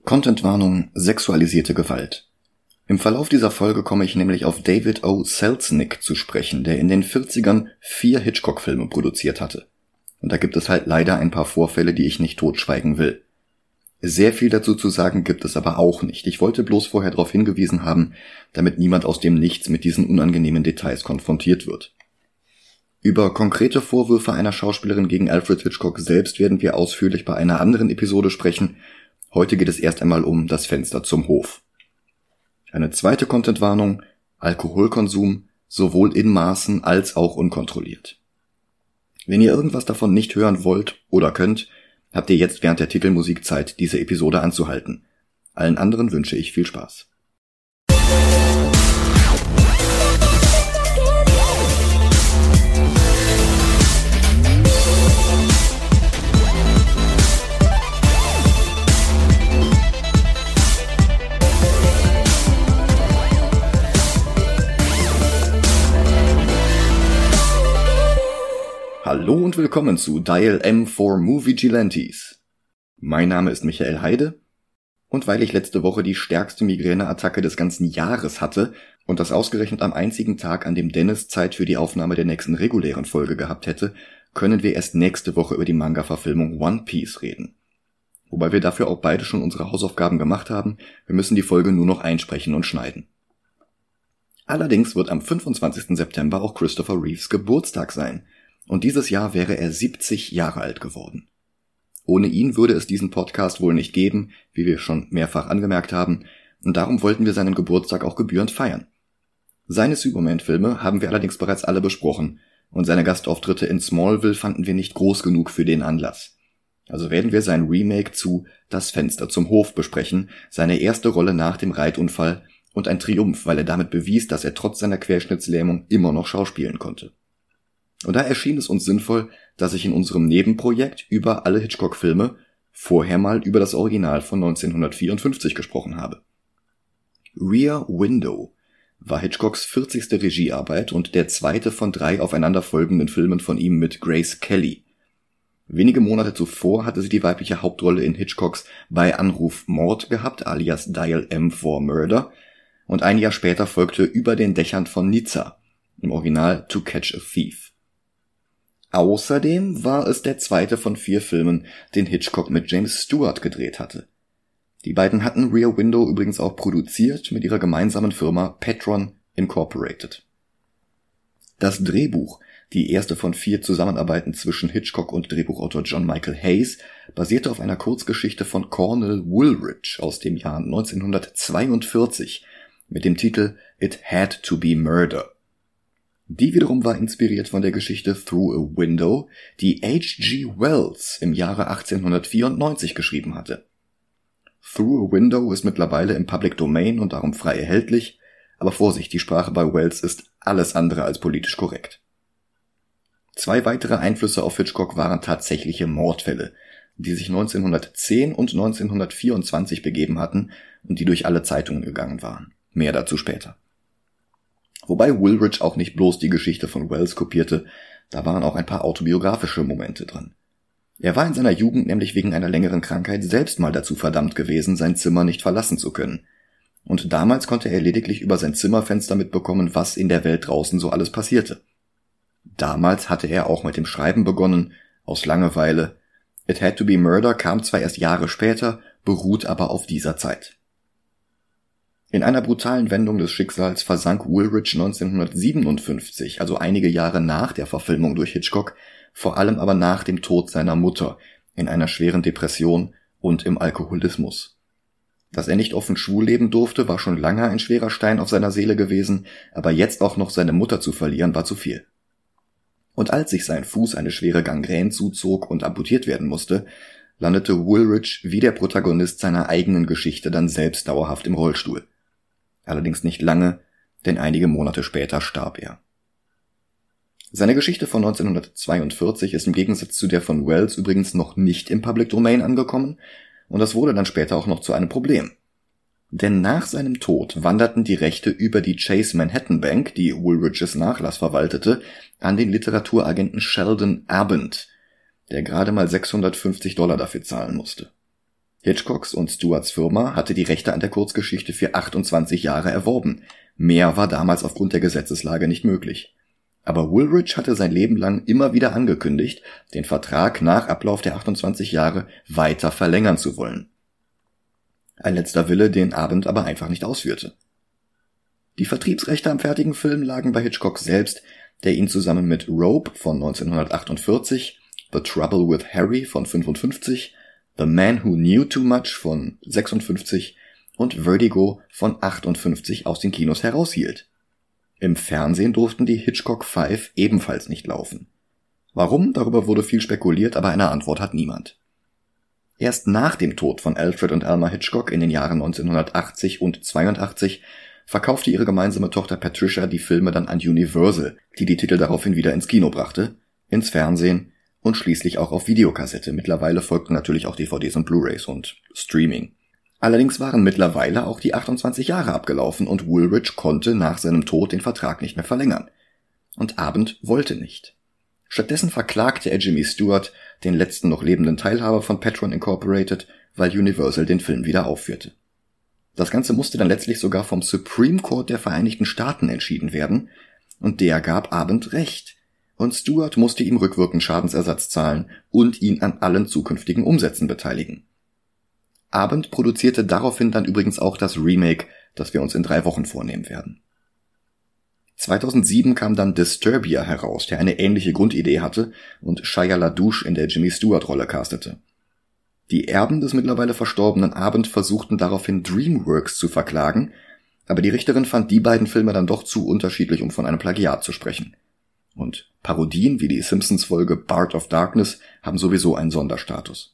Contentwarnung: sexualisierte Gewalt. Im Verlauf dieser Folge komme ich nämlich auf David O. Selznick zu sprechen, der in den 40ern 4 Hitchcock-Filme produziert hatte. Und da gibt es halt leider ein paar Vorfälle, die ich nicht totschweigen will. Sehr viel dazu zu sagen gibt es aber auch nicht. Ich wollte bloß vorher darauf hingewiesen haben, damit niemand aus dem Nichts mit diesen unangenehmen Details konfrontiert wird. Über konkrete Vorwürfe einer Schauspielerin gegen Alfred Hitchcock selbst werden wir ausführlich bei einer anderen Episode sprechen. Heute geht es erst einmal um das Fenster zum Hof. Eine zweite Contentwarnung: Alkoholkonsum, sowohl in Maßen als auch unkontrolliert. Wenn ihr irgendwas davon nicht hören wollt oder könnt, habt ihr jetzt während der Titelmusik Zeit, diese Episode anzuhalten. Allen anderen wünsche ich viel Spaß. Hallo und willkommen zu Dial M for Moviegilantes. Mein Name ist Michael Heide und weil ich letzte Woche die stärkste Migräneattacke des ganzen Jahres hatte und das ausgerechnet am einzigen Tag, an dem Dennis Zeit für die Aufnahme der nächsten regulären Folge gehabt hätte, können wir erst nächste Woche über die Manga-Verfilmung One Piece reden. Wobei wir dafür auch beide schon unsere Hausaufgaben gemacht haben, wir müssen die Folge nur noch einsprechen und schneiden. Allerdings wird am 25. September auch Christopher Reeves Geburtstag sein. Und dieses Jahr wäre er 70 Jahre alt geworden. Ohne ihn würde es diesen Podcast wohl nicht geben, wie wir schon mehrfach angemerkt haben, und darum wollten wir seinen Geburtstag auch gebührend feiern. Seine Superman-Filme haben wir allerdings bereits alle besprochen, und seine Gastauftritte in Smallville fanden wir nicht groß genug für den Anlass. Also werden wir sein Remake zu Das Fenster zum Hof besprechen, seine erste Rolle nach dem Reitunfall und ein Triumph, weil er damit bewies, dass er trotz seiner Querschnittslähmung immer noch schauspielen konnte. Und da erschien es uns sinnvoll, dass ich in unserem Nebenprojekt über alle Hitchcock-Filme vorher mal über das Original von 1954 gesprochen habe. Rear Window war Hitchcocks 40. Regiearbeit und der zweite von 3 aufeinanderfolgenden Filmen von ihm mit Grace Kelly. Wenige Monate zuvor hatte sie die weibliche Hauptrolle in Hitchcocks Bei Anruf Mord gehabt, alias Dial M for Murder, und ein Jahr später folgte Über den Dächern von Nizza, im Original To Catch a Thief. Außerdem war es der zweite von 4 Filmen, den Hitchcock mit James Stewart gedreht hatte. Die beiden hatten Rear Window übrigens auch produziert mit ihrer gemeinsamen Firma Petron Incorporated. Das Drehbuch, die erste von 4 Zusammenarbeiten zwischen Hitchcock und Drehbuchautor John Michael Hayes, basierte auf einer Kurzgeschichte von Cornell Woolrich aus dem Jahr 1942 mit dem Titel It Had to Be Murder. Die wiederum war inspiriert von der Geschichte Through a Window, die H.G. Wells im Jahre 1894 geschrieben hatte. Through a Window ist mittlerweile im Public Domain und darum frei erhältlich, aber Vorsicht, die Sprache bei Wells ist alles andere als politisch korrekt. 2 weitere Einflüsse auf Hitchcock waren tatsächliche Mordfälle, die sich 1910 und 1924 begeben hatten und die durch alle Zeitungen gegangen waren. Mehr dazu später. Wobei Woolrich auch nicht bloß die Geschichte von Wells kopierte, da waren auch ein paar autobiografische Momente drin. Er war in seiner Jugend nämlich wegen einer längeren Krankheit selbst mal dazu verdammt gewesen, sein Zimmer nicht verlassen zu können. Und damals konnte er lediglich über sein Zimmerfenster mitbekommen, was in der Welt draußen so alles passierte. Damals hatte er auch mit dem Schreiben begonnen, aus Langeweile. It Had to Be Murder kam zwar erst Jahre später, beruht aber auf dieser Zeit. In einer brutalen Wendung des Schicksals versank Woolrich 1957, also einige Jahre nach der Verfilmung durch Hitchcock, vor allem aber nach dem Tod seiner Mutter, in einer schweren Depression und im Alkoholismus. Dass er nicht offen schwul leben durfte, war schon lange ein schwerer Stein auf seiner Seele gewesen, aber jetzt auch noch seine Mutter zu verlieren, war zu viel. Und als sich sein Fuß eine schwere Gangrän zuzog und amputiert werden musste, landete Woolrich wie der Protagonist seiner eigenen Geschichte dann selbst dauerhaft im Rollstuhl. Allerdings nicht lange, denn einige Monate später starb er. Seine Geschichte von 1942 ist im Gegensatz zu der von Wells übrigens noch nicht im Public Domain angekommen, und das wurde dann später auch noch zu einem Problem. Denn nach seinem Tod wanderten die Rechte über die Chase Manhattan Bank, die Woolriches Nachlass verwaltete, an den Literaturagenten Sheldon Abend, der gerade mal $650 dafür zahlen musste. Hitchcocks und Stuarts Firma hatte die Rechte an der Kurzgeschichte für 28 Jahre erworben. Mehr war damals aufgrund der Gesetzeslage nicht möglich. Aber Woolrich hatte sein Leben lang immer wieder angekündigt, den Vertrag nach Ablauf der 28 Jahre weiter verlängern zu wollen. Ein letzter Wille, den Abend aber einfach nicht ausführte. Die Vertriebsrechte am fertigen Film lagen bei Hitchcock selbst, der ihn zusammen mit Rope von 1948, The Trouble with Harry von 55, The Man Who Knew Too Much von 56 und Vertigo von 58 aus den Kinos heraushielt. Im Fernsehen durften die Hitchcock 5 ebenfalls nicht laufen. Warum? Darüber wurde viel spekuliert, aber eine Antwort hat niemand. Erst nach dem Tod von Alfred und Alma Hitchcock in den Jahren 1980 und 82 verkaufte ihre gemeinsame Tochter Patricia die Filme dann an Universal, die die Titel daraufhin wieder ins Kino brachte, ins Fernsehen und schließlich auch auf Videokassette. Mittlerweile folgten natürlich auch DVDs und Blu-rays und Streaming. Allerdings waren mittlerweile auch die 28 Jahre abgelaufen und Woolrich konnte nach seinem Tod den Vertrag nicht mehr verlängern. Und Abend wollte nicht. Stattdessen verklagte er Jimmy Stewart, den letzten noch lebenden Teilhaber von Petron Incorporated, weil Universal den Film wieder aufführte. Das Ganze musste dann letztlich sogar vom Supreme Court der Vereinigten Staaten entschieden werden, und der gab Abend Recht. Und Stewart musste ihm rückwirkend Schadensersatz zahlen und ihn an allen zukünftigen Umsätzen beteiligen. Abend produzierte daraufhin dann übrigens auch das Remake, das wir uns in 3 Wochen vornehmen werden. 2007 kam dann Disturbia heraus, der eine ähnliche Grundidee hatte und Shia LaDouche in der Jimmy Stewart-Rolle castete. Die Erben des mittlerweile verstorbenen Abend versuchten daraufhin DreamWorks zu verklagen, aber die Richterin fand die beiden Filme dann doch zu unterschiedlich, um von einem Plagiat zu sprechen. Und Parodien wie die Simpsons-Folge Bart of Darkness haben sowieso einen Sonderstatus.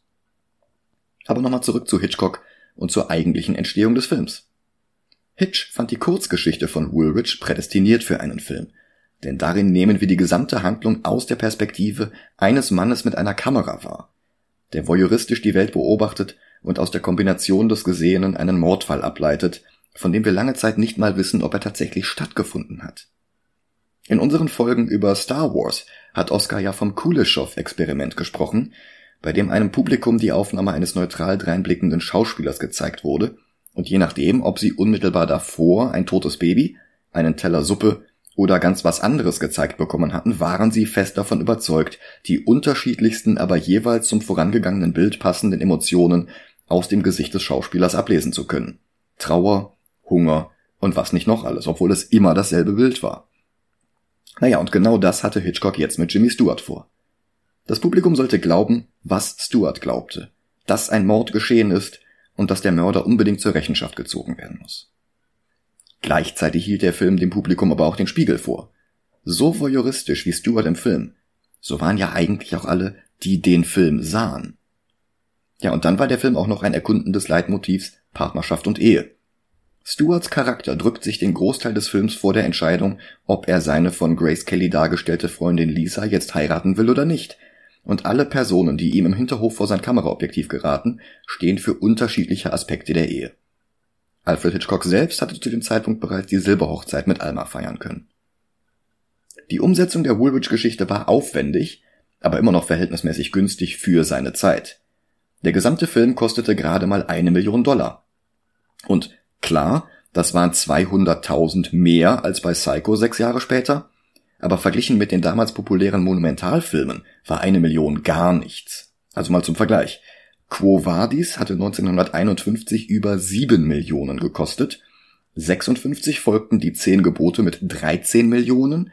Aber nochmal zurück zu Hitchcock und zur eigentlichen Entstehung des Films. Hitch fand die Kurzgeschichte von Woolrich prädestiniert für einen Film, denn darin nehmen wir die gesamte Handlung aus der Perspektive eines Mannes mit einer Kamera wahr, der voyeuristisch die Welt beobachtet und aus der Kombination des Gesehenen einen Mordfall ableitet, von dem wir lange Zeit nicht mal wissen, ob er tatsächlich stattgefunden hat. In unseren Folgen über Star Wars hat Oskar ja vom Kuleshov-Experiment gesprochen, bei dem einem Publikum die Aufnahme eines neutral dreinblickenden Schauspielers gezeigt wurde, und je nachdem, ob sie unmittelbar davor ein totes Baby, einen Teller Suppe oder ganz was anderes gezeigt bekommen hatten, waren sie fest davon überzeugt, die unterschiedlichsten, aber jeweils zum vorangegangenen Bild passenden Emotionen aus dem Gesicht des Schauspielers ablesen zu können. Trauer, Hunger und was nicht noch alles, obwohl es immer dasselbe Bild war. Naja, und genau das hatte Hitchcock jetzt mit Jimmy Stewart vor. Das Publikum sollte glauben, was Stewart glaubte, dass ein Mord geschehen ist und dass der Mörder unbedingt zur Rechenschaft gezogen werden muss. Gleichzeitig hielt der Film dem Publikum aber auch den Spiegel vor. So voyeuristisch wie Stewart im Film, so waren ja eigentlich auch alle, die den Film sahen. Ja, und dann war der Film auch noch ein Erkunden des Leitmotivs Partnerschaft und Ehe. Stewarts Charakter drückt sich den Großteil des Films vor der Entscheidung, ob er seine von Grace Kelly dargestellte Freundin Lisa jetzt heiraten will oder nicht. Und alle Personen, die ihm im Hinterhof vor sein Kameraobjektiv geraten, stehen für unterschiedliche Aspekte der Ehe. Alfred Hitchcock selbst hatte zu dem Zeitpunkt bereits die Silberhochzeit mit Alma feiern können. Die Umsetzung der Woolrich-Geschichte war aufwendig, aber immer noch verhältnismäßig günstig für seine Zeit. Der gesamte Film kostete gerade mal $1 Million. Und klar, das waren 200.000 mehr als bei Psycho 6 Jahre später, aber verglichen mit den damals populären Monumentalfilmen war 1 Million gar nichts. Also mal zum Vergleich. Quo Vadis hatte 1951 über 7 Millionen gekostet, 56 folgten die 10 Gebote mit 13 Millionen,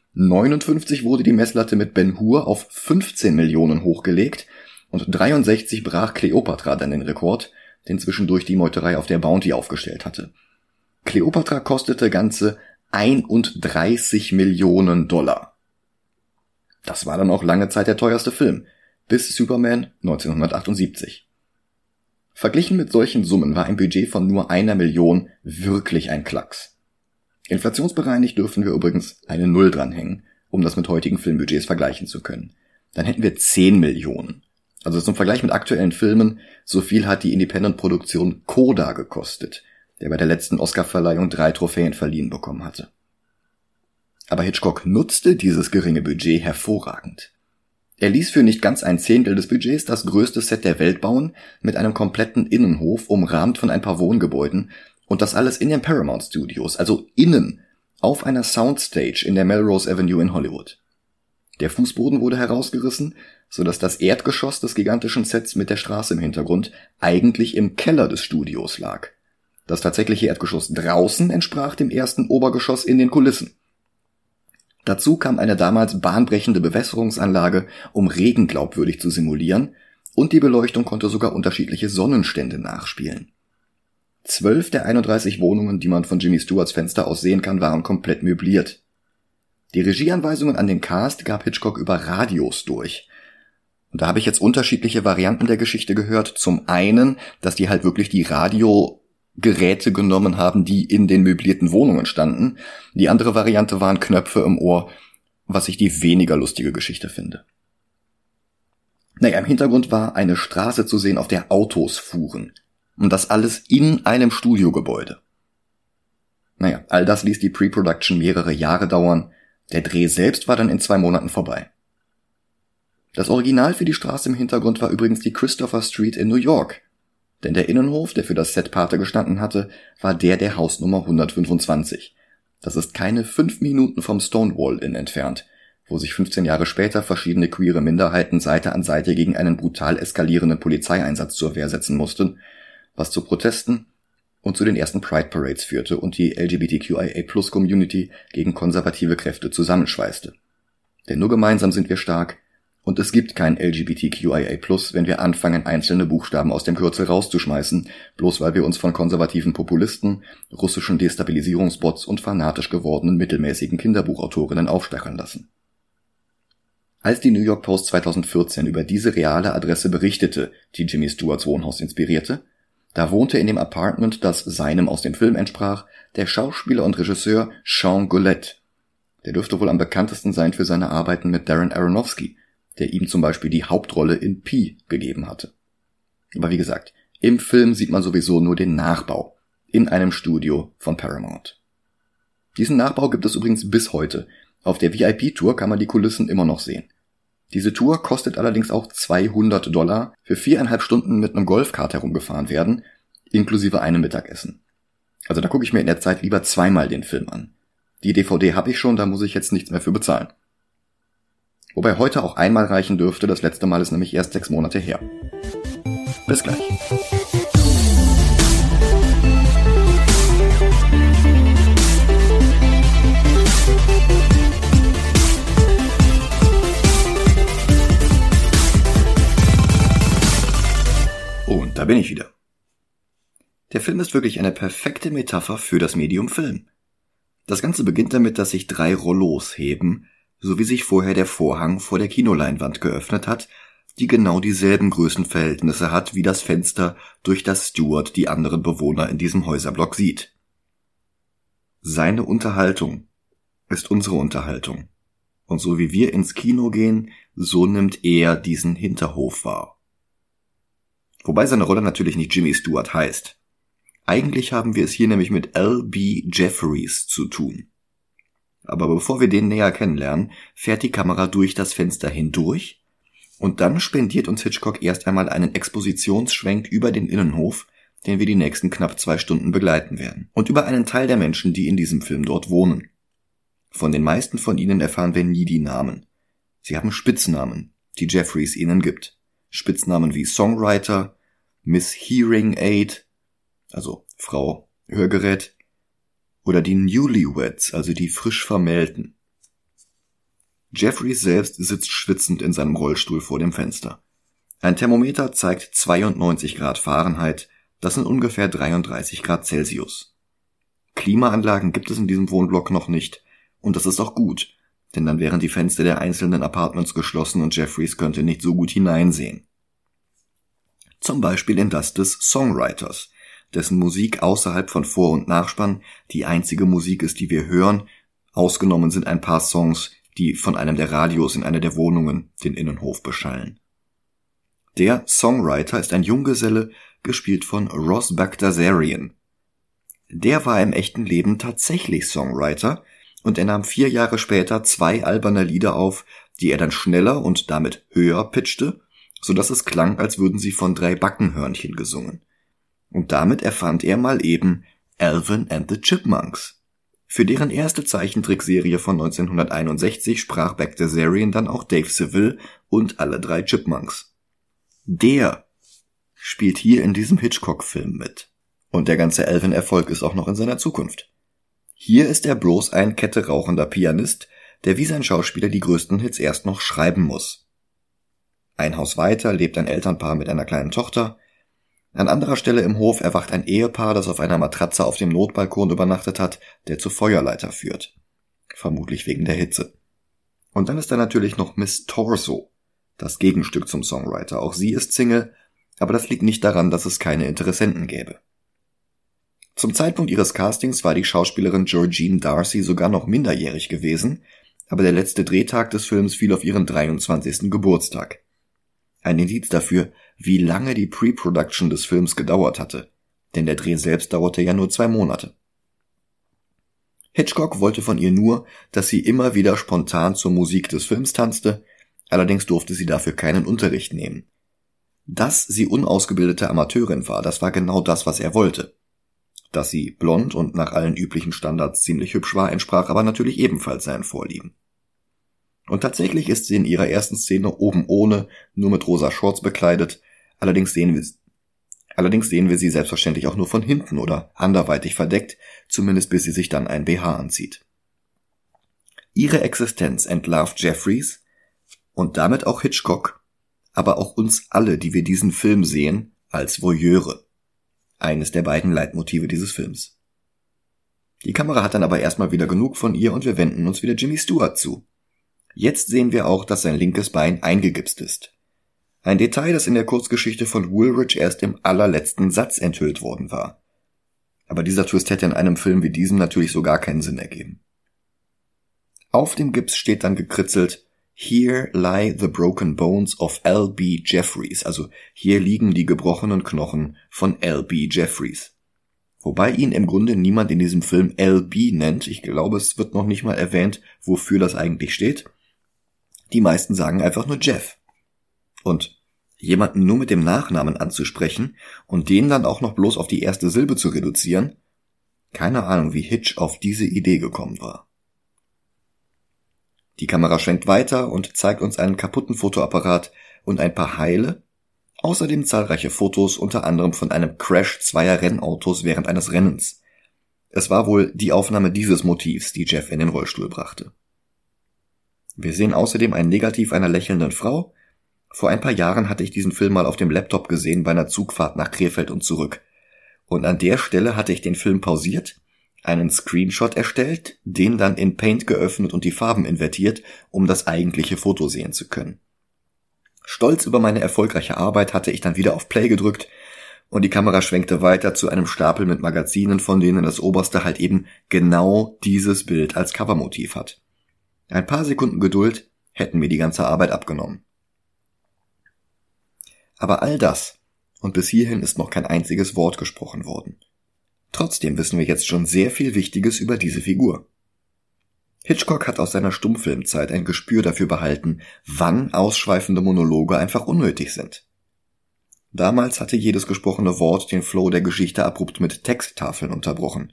59 wurde die Messlatte mit Ben-Hur auf 15 Millionen hochgelegt und 63 brach Kleopatra dann den Rekord, den zwischendurch die Meuterei auf der Bounty aufgestellt hatte. Kleopatra kostete ganze 31 Millionen $. Das war dann auch lange Zeit der teuerste Film, bis Superman 1978. Verglichen mit solchen Summen war ein Budget von nur 1 Million wirklich ein Klacks. Inflationsbereinigt dürfen wir übrigens eine Null dranhängen, um das mit heutigen Filmbudgets vergleichen zu können. Dann hätten wir 10 Millionen. Also zum Vergleich mit aktuellen Filmen, so viel hat die Independent-Produktion Coda gekostet, der bei der letzten Oscar-Verleihung 3 Trophäen verliehen bekommen hatte. Aber Hitchcock nutzte dieses geringe Budget hervorragend. Er ließ für nicht ganz ein Zehntel des Budgets das größte Set der Welt bauen, mit einem kompletten Innenhof, umrahmt von ein paar Wohngebäuden, und das alles in den Paramount Studios, also innen, auf einer Soundstage in der Melrose Avenue in Hollywood. Der Fußboden wurde herausgerissen, sodass das Erdgeschoss des gigantischen Sets mit der Straße im Hintergrund eigentlich im Keller des Studios lag. Das tatsächliche Erdgeschoss draußen entsprach dem ersten Obergeschoss in den Kulissen. Dazu kam eine damals bahnbrechende Bewässerungsanlage, um Regen glaubwürdig zu simulieren, und die Beleuchtung konnte sogar unterschiedliche Sonnenstände nachspielen. 12 der 31 Wohnungen, die man von Jimmy Stewarts Fenster aus sehen kann, waren komplett möbliert. Die Regieanweisungen an den Cast gab Hitchcock über Radios durch. Und da habe ich jetzt unterschiedliche Varianten der Geschichte gehört. Zum einen, dass die halt wirklich die Radiogeräte genommen haben, die in den möblierten Wohnungen standen. Die andere Variante waren Knöpfe im Ohr, was ich die weniger lustige Geschichte finde. Naja, im Hintergrund war eine Straße zu sehen, auf der Autos fuhren. Und das alles in einem Studiogebäude. Naja, all das ließ die Pre-Production mehrere Jahre dauern. Der Dreh selbst war dann in 2 Monaten vorbei. Das Original für die Straße im Hintergrund war übrigens die Christopher Street in New York. Denn der Innenhof, der für das Set Pate gestanden hatte, war der Hausnummer 125. Das ist keine 5 Minuten vom Stonewall Inn entfernt, wo sich 15 Jahre später verschiedene queere Minderheiten Seite an Seite gegen einen brutal eskalierenden Polizeieinsatz zur Wehr setzen mussten, was zu Protesten und zu den ersten Pride Parades führte und die LGBTQIA+-Community gegen konservative Kräfte zusammenschweißte. Denn nur gemeinsam sind wir stark, und es gibt kein LGBTQIA+, wenn wir anfangen, einzelne Buchstaben aus dem Kürzel rauszuschmeißen, bloß weil wir uns von konservativen Populisten, russischen Destabilisierungsbots und fanatisch gewordenen mittelmäßigen Kinderbuchautorinnen aufstacheln lassen. Als die New York Post 2014 über diese reale Adresse berichtete, die Jimmy Stewarts Wohnhaus inspirierte, da wohnte in dem Apartment, das seinem aus dem Film entsprach, der Schauspieler und Regisseur Sean Gullet. Der dürfte wohl am bekanntesten sein für seine Arbeiten mit Darren Aronofsky, der ihm zum Beispiel die Hauptrolle in Pi gegeben hatte. Aber wie gesagt, im Film sieht man sowieso nur den Nachbau in einem Studio von Paramount. Diesen Nachbau gibt es übrigens bis heute. Auf der VIP-Tour kann man die Kulissen immer noch sehen. Diese Tour kostet allerdings auch $200 für 4,5 Stunden mit einem Golfkart herumgefahren werden, inklusive einem Mittagessen. Also da gucke ich mir in der Zeit lieber 2-mal den Film an. Die DVD habe ich schon, da muss ich jetzt nichts mehr für bezahlen. Wobei heute auch einmal reichen dürfte, das letzte Mal ist nämlich erst 6 Monate her. Bis gleich. Und da bin ich wieder. Der Film ist wirklich eine perfekte Metapher für das Medium Film. Das Ganze beginnt damit, dass sich 3 Rollos heben, so wie sich vorher der Vorhang vor der Kinoleinwand geöffnet hat, die genau dieselben Größenverhältnisse hat wie das Fenster, durch das Stewart die anderen Bewohner in diesem Häuserblock sieht. Seine Unterhaltung ist unsere Unterhaltung. Und so wie wir ins Kino gehen, so nimmt er diesen Hinterhof wahr. Wobei seine Rolle natürlich nicht Jimmy Stewart heißt. Eigentlich haben wir es hier nämlich mit L.B. Jeffries zu tun. Aber bevor wir den näher kennenlernen, fährt die Kamera durch das Fenster hindurch und dann spendiert uns Hitchcock erst einmal einen Expositionsschwenk über den Innenhof, den wir die nächsten knapp 2 Stunden begleiten werden. Und über einen Teil der Menschen, die in diesem Film dort wohnen. Von den meisten von ihnen erfahren wir nie die Namen. Sie haben Spitznamen, die Jeffries ihnen gibt. Spitznamen wie Songwriter, Miss Hearing Aid, also Frau Hörgerät, oder die Newlyweds, also die frisch Vermählten. Jeffries selbst sitzt schwitzend in seinem Rollstuhl vor dem Fenster. Ein Thermometer zeigt 92 Grad Fahrenheit, das sind ungefähr 33 Grad Celsius. Klimaanlagen gibt es in diesem Wohnblock noch nicht, und das ist auch gut, denn dann wären die Fenster der einzelnen Apartments geschlossen und Jeffries könnte nicht so gut hineinsehen. Zum Beispiel in das des Songwriters, dessen Musik außerhalb von Vor- und Nachspann die einzige Musik ist, die wir hören, ausgenommen sind ein paar Songs, die von einem der Radios in einer der Wohnungen den Innenhof beschallen. Der Songwriter ist ein Junggeselle, gespielt von Ross Bagdasarian. Der war im echten Leben tatsächlich Songwriter und er nahm 4 Jahre später 2 alberne Lieder auf, die er dann schneller und damit höher pitchte, sodass es klang, als würden sie von 3 Backenhörnchen gesungen. Und damit erfand er mal eben Alvin and the Chipmunks. Für deren erste Zeichentrickserie von 1961 sprach Bagdasarian dann auch Dave Seville und alle 3 Chipmunks. Der spielt hier in diesem Hitchcock-Film mit. Und der ganze Alvin-Erfolg ist auch noch in seiner Zukunft. Hier ist er bloß ein Kette rauchender Pianist, der wie sein Schauspieler die größten Hits erst noch schreiben muss. Ein Haus weiter lebt ein Elternpaar mit einer kleinen Tochter. An anderer Stelle im Hof erwacht ein Ehepaar, das auf einer Matratze auf dem Notbalkon übernachtet hat, der zur Feuerleiter führt. Vermutlich wegen der Hitze. Und dann ist da natürlich noch Miss Torso, das Gegenstück zum Songwriter. Auch sie ist Single, aber das liegt nicht daran, dass es keine Interessenten gäbe. Zum Zeitpunkt ihres Castings war die Schauspielerin Georgine Darcy sogar noch minderjährig gewesen, aber der letzte Drehtag des Films fiel auf ihren 23. Geburtstag. Ein Indiz dafür, wie lange die Pre-Production des Films gedauert hatte, denn der Dreh selbst dauerte ja nur 2 Monate. Hitchcock wollte von ihr nur, dass sie immer wieder spontan zur Musik des Films tanzte, allerdings durfte sie dafür keinen Unterricht nehmen. Dass sie unausgebildete Amateurin war, das war genau das, was er wollte. Dass sie blond und nach allen üblichen Standards ziemlich hübsch war, entsprach aber natürlich ebenfalls seinen Vorlieben. Und tatsächlich ist sie in ihrer ersten Szene oben ohne, nur mit rosa Shorts bekleidet, allerdings sehen wir sie selbstverständlich auch nur von hinten oder anderweitig verdeckt, zumindest bis sie sich dann ein BH anzieht. Ihre Existenz entlarvt Jeffries und damit auch Hitchcock, aber auch uns alle, die wir diesen Film sehen, als Voyeure. Eines der beiden Leitmotive dieses Films. Die Kamera hat dann aber erstmal wieder genug von ihr und wir wenden uns wieder Jimmy Stewart zu. Jetzt sehen wir auch, dass sein linkes Bein eingegipst ist. Ein Detail, das in der Kurzgeschichte von Woolrich erst im allerletzten Satz enthüllt worden war. Aber dieser Twist hätte in einem Film wie diesem natürlich so gar keinen Sinn ergeben. Auf dem Gips steht dann gekritzelt: Here lie the broken bones of L.B. Jeffries, also hier liegen die gebrochenen Knochen von L.B. Jeffries. Wobei ihn im Grunde niemand in diesem Film L.B. nennt. Ich glaube, es wird noch nicht mal erwähnt, wofür das eigentlich steht. Die meisten sagen einfach nur Jeff. Und jemanden nur mit dem Nachnamen anzusprechen und den dann auch noch bloß auf die erste Silbe zu reduzieren, keine Ahnung, wie Hitch auf diese Idee gekommen war. Die Kamera schwenkt weiter und zeigt uns einen kaputten Fotoapparat und ein paar Heile, außerdem zahlreiche Fotos, unter anderem von einem Crash 2 Rennautos während eines Rennens. Es war wohl die Aufnahme dieses Motivs, die Jeff in den Rollstuhl brachte. Wir sehen außerdem ein Negativ einer lächelnden Frau. Vor ein paar Jahren hatte ich diesen Film mal auf dem Laptop gesehen bei einer Zugfahrt nach Krefeld und zurück. Und an der Stelle hatte ich den Film pausiert, einen Screenshot erstellt, den dann in Paint geöffnet und die Farben invertiert, um das eigentliche Foto sehen zu können. Stolz über meine erfolgreiche Arbeit hatte ich dann wieder auf Play gedrückt und die Kamera schwenkte weiter zu einem Stapel mit Magazinen, von denen das oberste halt eben genau dieses Bild als Covermotiv hat. Ein paar Sekunden Geduld hätten mir die ganze Arbeit abgenommen. Aber all das, und bis hierhin ist noch kein einziges Wort gesprochen worden. Trotzdem wissen wir jetzt schon sehr viel Wichtiges über diese Figur. Hitchcock hat aus seiner Stummfilmzeit ein Gespür dafür behalten, wann ausschweifende Monologe einfach unnötig sind. Damals hatte jedes gesprochene Wort den Flow der Geschichte abrupt mit Texttafeln unterbrochen.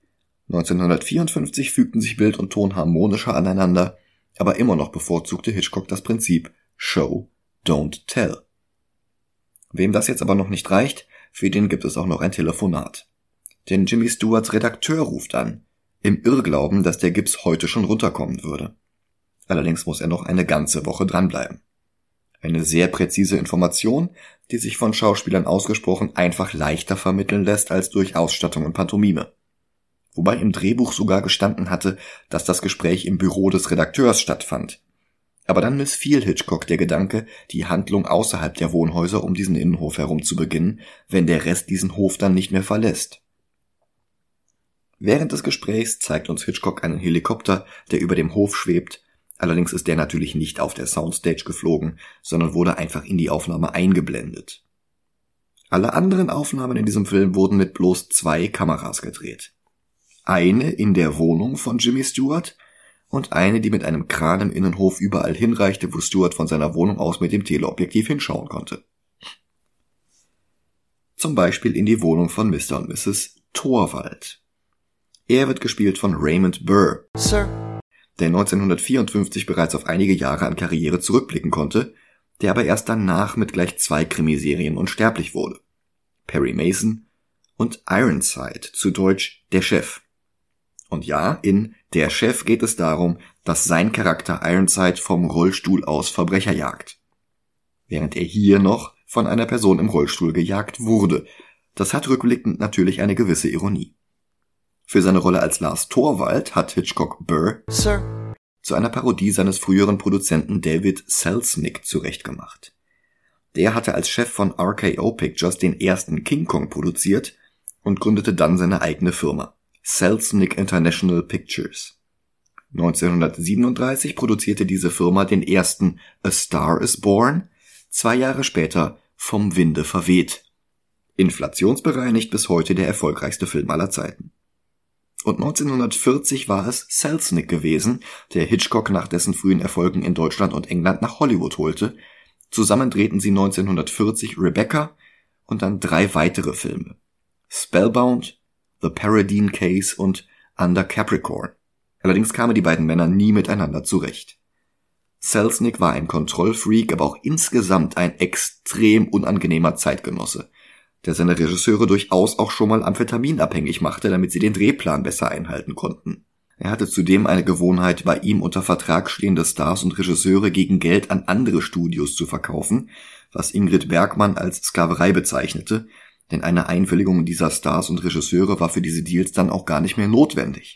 1954 fügten sich Bild und Ton harmonischer aneinander, aber immer noch bevorzugte Hitchcock das Prinzip Show, don't tell. Wem das jetzt aber noch nicht reicht, für den gibt es auch noch ein Telefonat. Denn Jimmy Stewarts Redakteur ruft an, im Irrglauben, dass der Gips heute schon runterkommen würde. Allerdings muss er noch eine ganze Woche dranbleiben. Eine sehr präzise Information, die sich von Schauspielern ausgesprochen einfach leichter vermitteln lässt als durch Ausstattung und Pantomime. Wobei im Drehbuch sogar gestanden hatte, dass das Gespräch im Büro des Redakteurs stattfand. Aber dann missfiel Hitchcock der Gedanke, die Handlung außerhalb der Wohnhäuser um diesen Innenhof herum zu beginnen, wenn der Rest diesen Hof dann nicht mehr verlässt. Während des Gesprächs zeigt uns Hitchcock einen Helikopter, der über dem Hof schwebt. Allerdings ist der natürlich nicht auf der Soundstage geflogen, sondern wurde einfach in die Aufnahme eingeblendet. Alle anderen Aufnahmen in diesem Film wurden mit bloß 2 Kameras gedreht. Eine in der Wohnung von Jimmy Stewart und eine, die mit einem Kran im Innenhof überall hinreichte, wo Stewart von seiner Wohnung aus mit dem Teleobjektiv hinschauen konnte. Zum Beispiel in die Wohnung von Mr. und Mrs. Torvald. Er wird gespielt von Raymond Burr, Sir, der 1954 bereits auf einige Jahre an Karriere zurückblicken konnte, der aber erst danach mit gleich 2 Krimiserien unsterblich wurde. Perry Mason und Ironside, zu Deutsch Der Chef. Und ja, in Der Chef geht es darum, dass sein Charakter Ironside vom Rollstuhl aus Verbrecher jagt. Während er hier noch von einer Person im Rollstuhl gejagt wurde. Das hat rückblickend natürlich eine gewisse Ironie. Für seine Rolle als Lars Torvald hat Hitchcock Burr, Sir, zu einer Parodie seines früheren Produzenten David Selznick zurechtgemacht. Der hatte als Chef von RKO Pictures den ersten King Kong produziert und gründete dann seine eigene Firma, Selznick International Pictures. 1937 produzierte diese Firma den ersten A Star is Born, 2 Jahre später Vom Winde verweht. Inflationsbereinigt bis heute der erfolgreichste Film aller Zeiten. Und 1940 war es Selznick gewesen, der Hitchcock nach dessen frühen Erfolgen in Deutschland und England nach Hollywood holte. Zusammen drehten sie 1940 Rebecca und dann 3 weitere Filme. Spellbound, The Paradine Case und Under Capricorn. Allerdings kamen die beiden Männer nie miteinander zurecht. Selznick war ein Kontrollfreak, aber auch insgesamt ein extrem unangenehmer Zeitgenosse, der seine Regisseure durchaus auch schon mal amphetaminabhängig machte, damit sie den Drehplan besser einhalten konnten. Er hatte zudem eine Gewohnheit, bei ihm unter Vertrag stehende Stars und Regisseure gegen Geld an andere Studios zu verkaufen, was Ingrid Bergman als Sklaverei bezeichnete, denn eine Einwilligung dieser Stars und Regisseure war für diese Deals dann auch gar nicht mehr notwendig.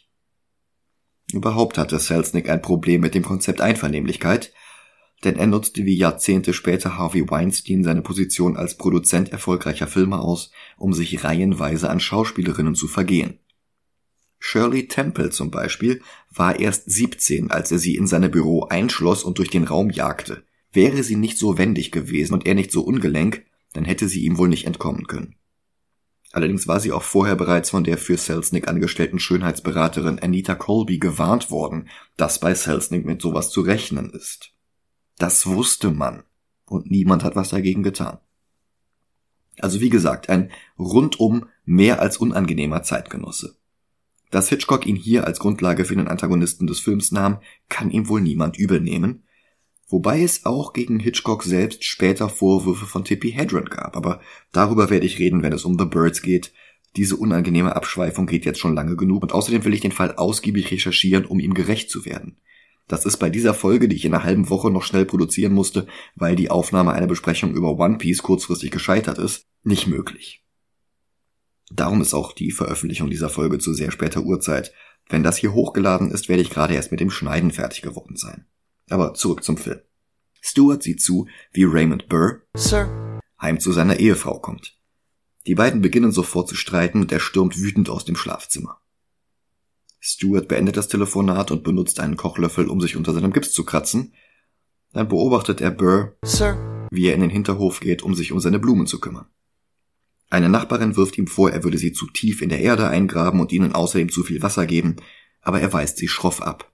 Überhaupt hatte Selznick ein Problem mit dem Konzept Einvernehmlichkeit, denn er nutzte wie Jahrzehnte später Harvey Weinstein seine Position als Produzent erfolgreicher Filme aus, um sich reihenweise an Schauspielerinnen zu vergehen. Shirley Temple zum Beispiel war erst 17, als er sie in sein Büro einschloss und durch den Raum jagte. Wäre sie nicht so wendig gewesen und er nicht so ungelenk, dann hätte sie ihm wohl nicht entkommen können. Allerdings war sie auch vorher bereits von der für Selznick angestellten Schönheitsberaterin Anita Colby gewarnt worden, dass bei Selznick mit sowas zu rechnen ist. Das wusste man und niemand hat was dagegen getan. Also wie gesagt, ein rundum mehr als unangenehmer Zeitgenosse. Dass Hitchcock ihn hier als Grundlage für den Antagonisten des Films nahm, kann ihm wohl niemand übel nehmen, wobei es auch gegen Hitchcock selbst später Vorwürfe von Tippi Hedren gab, aber darüber werde ich reden, wenn es um The Birds geht. Diese unangenehme Abschweifung geht jetzt schon lange genug und außerdem will ich den Fall ausgiebig recherchieren, um ihm gerecht zu werden. Das ist bei dieser Folge, die ich in einer halben Woche noch schnell produzieren musste, weil die Aufnahme einer Besprechung über One Piece kurzfristig gescheitert ist, nicht möglich. Darum ist auch die Veröffentlichung dieser Folge zu sehr später Uhrzeit. Wenn das hier hochgeladen ist, werde ich gerade erst mit dem Schneiden fertig geworden sein. Aber zurück zum Film. Stewart sieht zu, wie Raymond Burr, Sir, heim zu seiner Ehefrau kommt. Die beiden beginnen sofort zu streiten und er stürmt wütend aus dem Schlafzimmer. Stewart beendet das Telefonat und benutzt einen Kochlöffel, um sich unter seinem Gips zu kratzen. Dann beobachtet er Burr, Sir, wie er in den Hinterhof geht, um sich um seine Blumen zu kümmern. Eine Nachbarin wirft ihm vor, er würde sie zu tief in der Erde eingraben und ihnen außerdem zu viel Wasser geben, aber er weist sie schroff ab.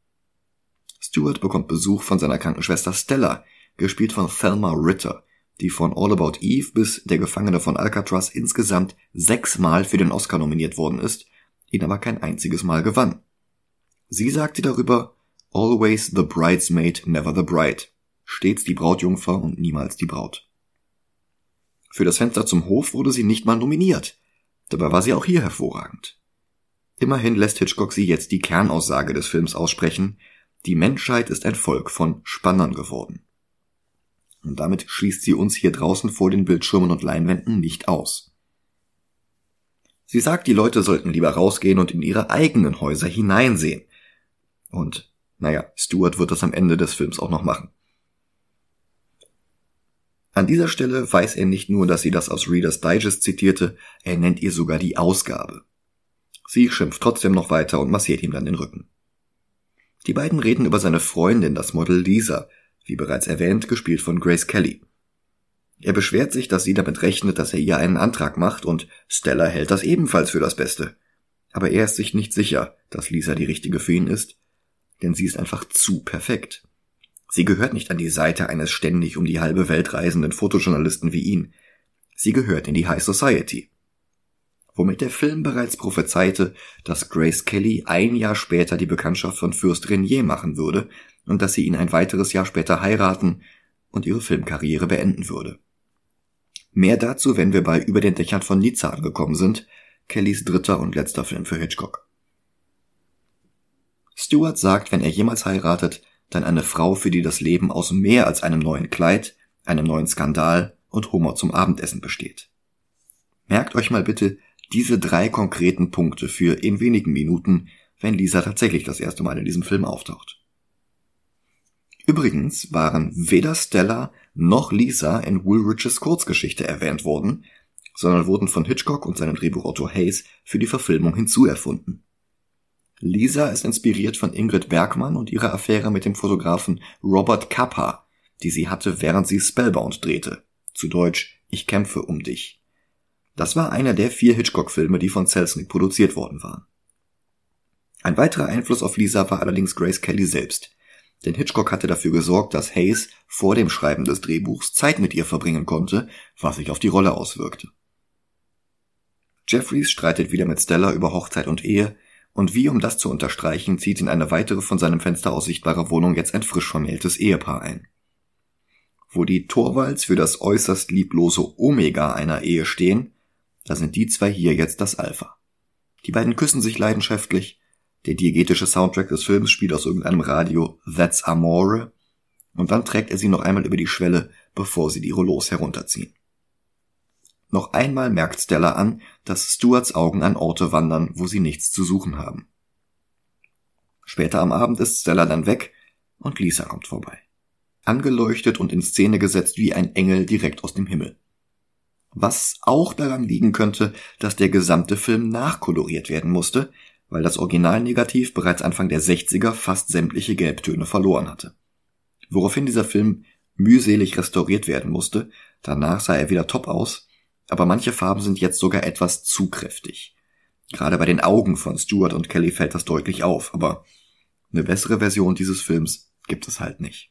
Stewart bekommt Besuch von seiner Krankenschwester Stella, gespielt von Thelma Ritter, die von All About Eve bis Der Gefangene von Alcatraz insgesamt 6 Mal für den Oscar nominiert worden ist, ihn aber kein einziges Mal gewann. Sie sagte darüber, "Always the bridesmaid, never the bride." Stets die Brautjungfer und niemals die Braut. Für das Fenster zum Hof wurde sie nicht mal nominiert. Dabei war sie auch hier hervorragend. Immerhin lässt Hitchcock sie jetzt die Kernaussage des Films aussprechen: Die Menschheit ist ein Volk von Spannern geworden. Und damit schließt sie uns hier draußen vor den Bildschirmen und Leinwänden nicht aus. Sie sagt, die Leute sollten lieber rausgehen und in ihre eigenen Häuser hineinsehen. Und, Stewart wird das am Ende des Films auch noch machen. An dieser Stelle weiß er nicht nur, dass sie das aus Reader's Digest zitierte, er nennt ihr sogar die Ausgabe. Sie schimpft trotzdem noch weiter und massiert ihm dann den Rücken. Die beiden reden über seine Freundin, das Model Lisa, wie bereits erwähnt, gespielt von Grace Kelly. Er beschwert sich, dass sie damit rechnet, dass er ihr einen Antrag macht, und Stella hält das ebenfalls für das Beste. Aber er ist sich nicht sicher, dass Lisa die richtige für ihn ist. denn sie ist einfach zu perfekt. Sie gehört nicht an die Seite eines ständig um die halbe Welt reisenden Fotojournalisten wie ihn. Sie gehört in die High Society. Womit der Film bereits prophezeite, dass Grace Kelly ein Jahr später die Bekanntschaft von Fürst Renier machen würde und dass sie ihn ein weiteres Jahr später heiraten und ihre Filmkarriere beenden würde. Mehr dazu, wenn wir bei Über den Dächern von Nizza angekommen sind, Kellys dritter und letzter Film für Hitchcock. Stewart sagt, wenn er jemals heiratet, dann eine Frau, für die das Leben aus mehr als einem neuen Kleid, einem neuen Skandal und Hummer zum Abendessen besteht. Merkt euch mal bitte diese 3 konkreten Punkte für in wenigen Minuten, wenn Lisa tatsächlich das erste Mal in diesem Film auftaucht. Übrigens waren weder Stella noch Lisa in Woolriches Kurzgeschichte erwähnt worden, sondern wurden von Hitchcock und seinem Drehbuchautor Hayes für die Verfilmung hinzuerfunden. Lisa ist inspiriert von Ingrid Bergman und ihrer Affäre mit dem Fotografen Robert Capa, die sie hatte, während sie Spellbound drehte. Zu Deutsch, Ich kämpfe um dich. Das war einer der 4 Hitchcock-Filme, die von Selznick produziert worden waren. Ein weiterer Einfluss auf Lisa war allerdings Grace Kelly selbst, denn Hitchcock hatte dafür gesorgt, dass Hayes vor dem Schreiben des Drehbuchs Zeit mit ihr verbringen konnte, was sich auf die Rolle auswirkte. Jeffries streitet wieder mit Stella über Hochzeit und Ehe, und wie um das zu unterstreichen, zieht in eine weitere von seinem Fenster aus sichtbare Wohnung jetzt ein frisch vermähltes Ehepaar ein. Wo die Torvalds für das äußerst lieblose Omega einer Ehe stehen, da sind die 2 hier jetzt das Alpha. Die beiden küssen sich leidenschaftlich, der diegetische Soundtrack des Films spielt aus irgendeinem Radio That's Amore, und dann trägt er sie noch einmal über die Schwelle, bevor sie die Rollos herunterziehen. Noch einmal merkt Stella an, dass Stewarts Augen an Orte wandern, wo sie nichts zu suchen haben. Später am Abend ist Stella dann weg und Lisa kommt vorbei. Angeleuchtet und in Szene gesetzt wie ein Engel direkt aus dem Himmel. Was auch daran liegen könnte, dass der gesamte Film nachkoloriert werden musste, weil das Originalnegativ bereits Anfang der 60er fast sämtliche Gelbtöne verloren hatte. Woraufhin dieser Film mühselig restauriert werden musste, danach sah er wieder top aus, aber manche Farben sind jetzt sogar etwas zu kräftig. Gerade bei den Augen von Stewart und Kelly fällt das deutlich auf, aber eine bessere Version dieses Films gibt es halt nicht.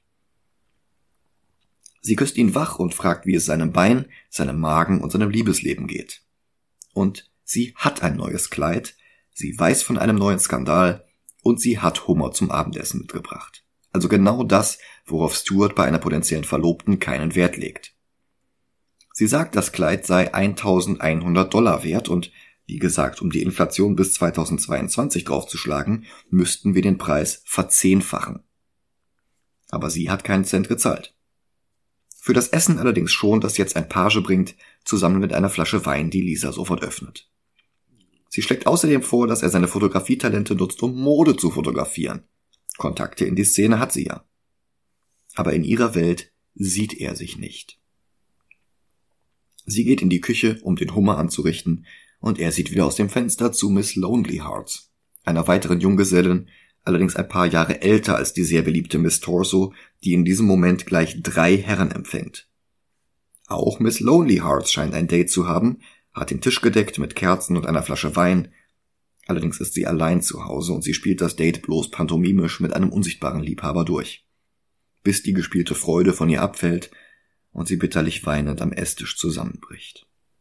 Sie küsst ihn wach und fragt, wie es seinem Bein, seinem Magen und seinem Liebesleben geht. Und sie hat ein neues Kleid, sie weiß von einem neuen Skandal und sie hat Hummer zum Abendessen mitgebracht. Also genau das, worauf Stewart bei einer potenziellen Verlobten keinen Wert legt. Sie sagt, das Kleid sei $1.100 wert und, wie gesagt, um die Inflation bis 2022 draufzuschlagen, müssten wir den Preis verzehnfachen. Aber sie hat keinen Cent gezahlt. Für das Essen allerdings schon, das jetzt ein Page bringt, zusammen mit einer Flasche Wein, die Lisa sofort öffnet. Sie schlägt außerdem vor, dass er seine Fotografietalente nutzt, um Mode zu fotografieren. Kontakte in die Szene hat sie ja. Aber in ihrer Welt sieht er sich nicht. Sie geht in die Küche, um den Hummer anzurichten, und er sieht wieder aus dem Fenster zu Miss Lonely Hearts, einer weiteren Junggesellin, allerdings ein paar Jahre älter als die sehr beliebte Miss Torso, die in diesem Moment gleich 3 Herren empfängt. Auch Miss Lonely Hearts scheint ein Date zu haben, hat den Tisch gedeckt mit Kerzen und einer Flasche Wein. Allerdings ist sie allein zu Hause und sie spielt das Date bloß pantomimisch mit einem unsichtbaren Liebhaber durch. Bis die gespielte Freude von ihr abfällt und sie bitterlich weinend am Esstisch zusammenbricht.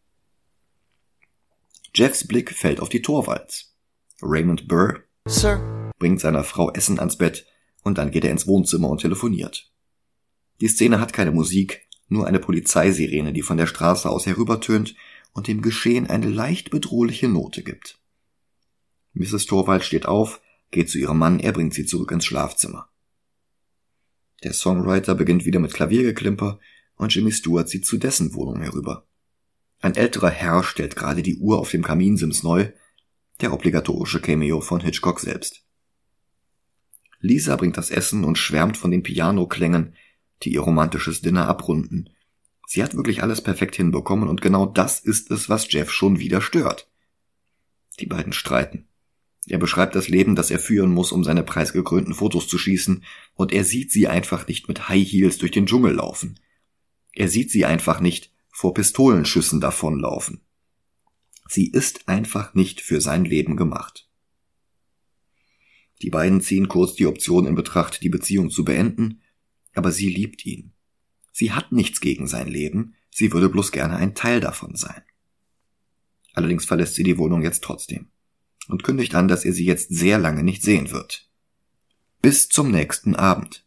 Jeffs Blick fällt auf die Torvalds. Raymond Burr Sir. Bringt seiner Frau Essen ans Bett und dann geht er ins Wohnzimmer und telefoniert. Die Szene hat keine Musik, nur eine Polizeisirene, die von der Straße aus herübertönt und dem Geschehen eine leicht bedrohliche Note gibt. Mrs. Torvald steht auf, geht zu ihrem Mann, er bringt sie zurück ins Schlafzimmer. Der Songwriter beginnt wieder mit Klaviergeklimper und Jimmy Stewart zieht zu dessen Wohnung herüber. Ein älterer Herr stellt gerade die Uhr auf dem Kaminsims neu, der obligatorische Cameo von Hitchcock selbst. Lisa bringt das Essen und schwärmt von den Pianoklängen, die ihr romantisches Dinner abrunden. Sie hat wirklich alles perfekt hinbekommen und genau das ist es, was Jeff schon wieder stört. Die beiden streiten. Er beschreibt das Leben, das er führen muss, um seine preisgekrönten Fotos zu schießen, und er sieht sie einfach nicht mit High Heels durch den Dschungel laufen. Er sieht sie einfach nicht vor Pistolenschüssen davonlaufen. Sie ist einfach nicht für sein Leben gemacht. Die beiden ziehen kurz die Option in Betracht, die Beziehung zu beenden, aber sie liebt ihn. Sie hat nichts gegen sein Leben, sie würde bloß gerne ein Teil davon sein. Allerdings verlässt sie die Wohnung jetzt trotzdem und kündigt an, dass er sie jetzt sehr lange nicht sehen wird. Bis zum nächsten Abend.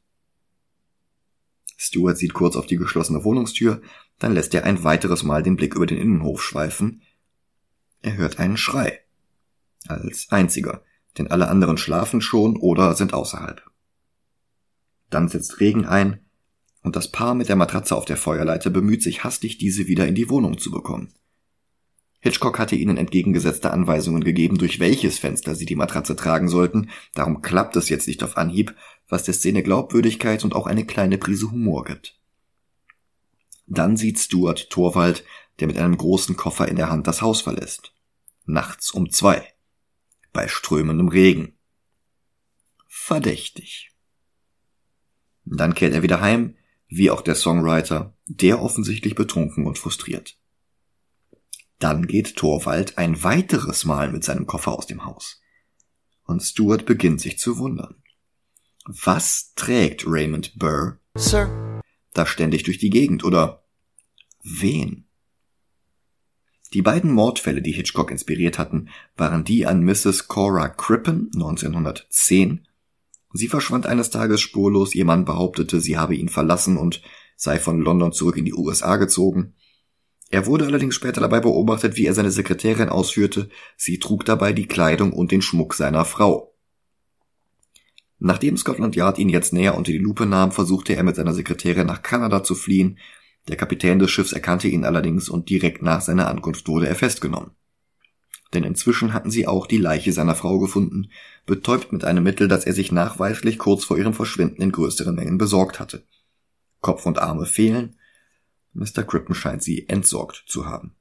Stuart sieht kurz auf die geschlossene Wohnungstür, dann lässt er ein weiteres Mal den Blick über den Innenhof schweifen. Er hört einen Schrei. Als einziger, denn alle anderen schlafen schon oder sind außerhalb. Dann setzt Regen ein und das Paar mit der Matratze auf der Feuerleiter bemüht sich hastig, diese wieder in die Wohnung zu bekommen. Hitchcock hatte ihnen entgegengesetzte Anweisungen gegeben, durch welches Fenster sie die Matratze tragen sollten, darum klappt es jetzt nicht auf Anhieb, was der Szene Glaubwürdigkeit und auch eine kleine Prise Humor gibt. Dann sieht Stuart Torvald, der mit einem großen Koffer in der Hand das Haus verlässt. Nachts um 2. Bei strömendem Regen. Verdächtig. Dann kehrt er wieder heim, wie auch der Songwriter, der offensichtlich betrunken und frustriert. Dann geht Torvald ein weiteres Mal mit seinem Koffer aus dem Haus. Und Stuart beginnt sich zu wundern. Was trägt Raymond Burr, Sir, da ständig durch die Gegend, oder wen? Die beiden Mordfälle, die Hitchcock inspiriert hatten, waren die an Mrs. Cora Crippen 1910. Sie verschwand eines Tages spurlos, ihr Mann behauptete, sie habe ihn verlassen und sei von London zurück in die USA gezogen. Er wurde allerdings später dabei beobachtet, wie er seine Sekretärin ausführte, sie trug dabei die Kleidung und den Schmuck seiner Frau. Nachdem Scotland Yard ihn jetzt näher unter die Lupe nahm, versuchte er mit seiner Sekretärin nach Kanada zu fliehen. Der Kapitän des Schiffs erkannte ihn allerdings und direkt nach seiner Ankunft wurde er festgenommen. Denn inzwischen hatten sie auch die Leiche seiner Frau gefunden, betäubt mit einem Mittel, das er sich nachweislich kurz vor ihrem Verschwinden in größeren Mengen besorgt hatte. Kopf und Arme fehlen. Mr. Crippen scheint sie entsorgt zu haben.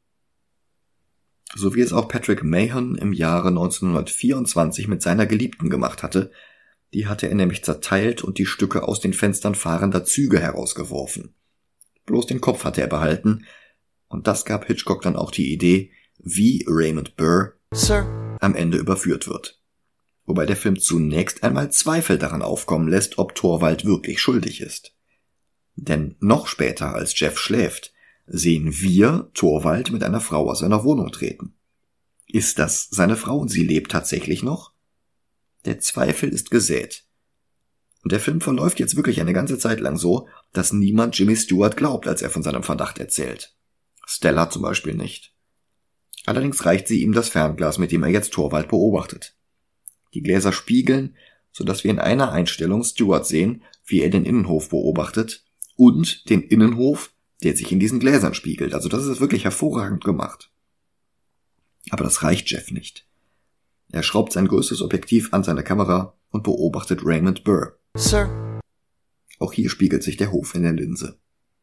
So wie es auch Patrick Mahon im Jahre 1924 mit seiner Geliebten gemacht hatte. Die hatte er nämlich zerteilt und die Stücke aus den Fenstern fahrender Züge herausgeworfen. Bloß den Kopf hatte er behalten, und das gab Hitchcock dann auch die Idee, wie Raymond Burr, Sir, am Ende überführt wird. Wobei der Film zunächst einmal Zweifel daran aufkommen lässt, ob Torvald wirklich schuldig ist. Denn noch später, als Jeff schläft, sehen wir Torvald mit einer Frau aus seiner Wohnung treten. Ist das seine Frau und sie lebt tatsächlich noch? Der Zweifel ist gesät. Und der Film verläuft jetzt wirklich eine ganze Zeit lang so, dass niemand Jimmy Stewart glaubt, als er von seinem Verdacht erzählt. Stella zum Beispiel nicht. Allerdings reicht sie ihm das Fernglas, mit dem er jetzt Torvald beobachtet. Die Gläser spiegeln, sodass wir in einer Einstellung Stewart sehen, wie er den Innenhof beobachtet und den Innenhof, der sich in diesen Gläsern spiegelt. Also das ist wirklich hervorragend gemacht. Aber das reicht Jeff nicht. Er schraubt sein größtes Objektiv an seine Kamera und beobachtet Raymond Burr. Sir. Auch hier spiegelt sich der Hof in der Linse.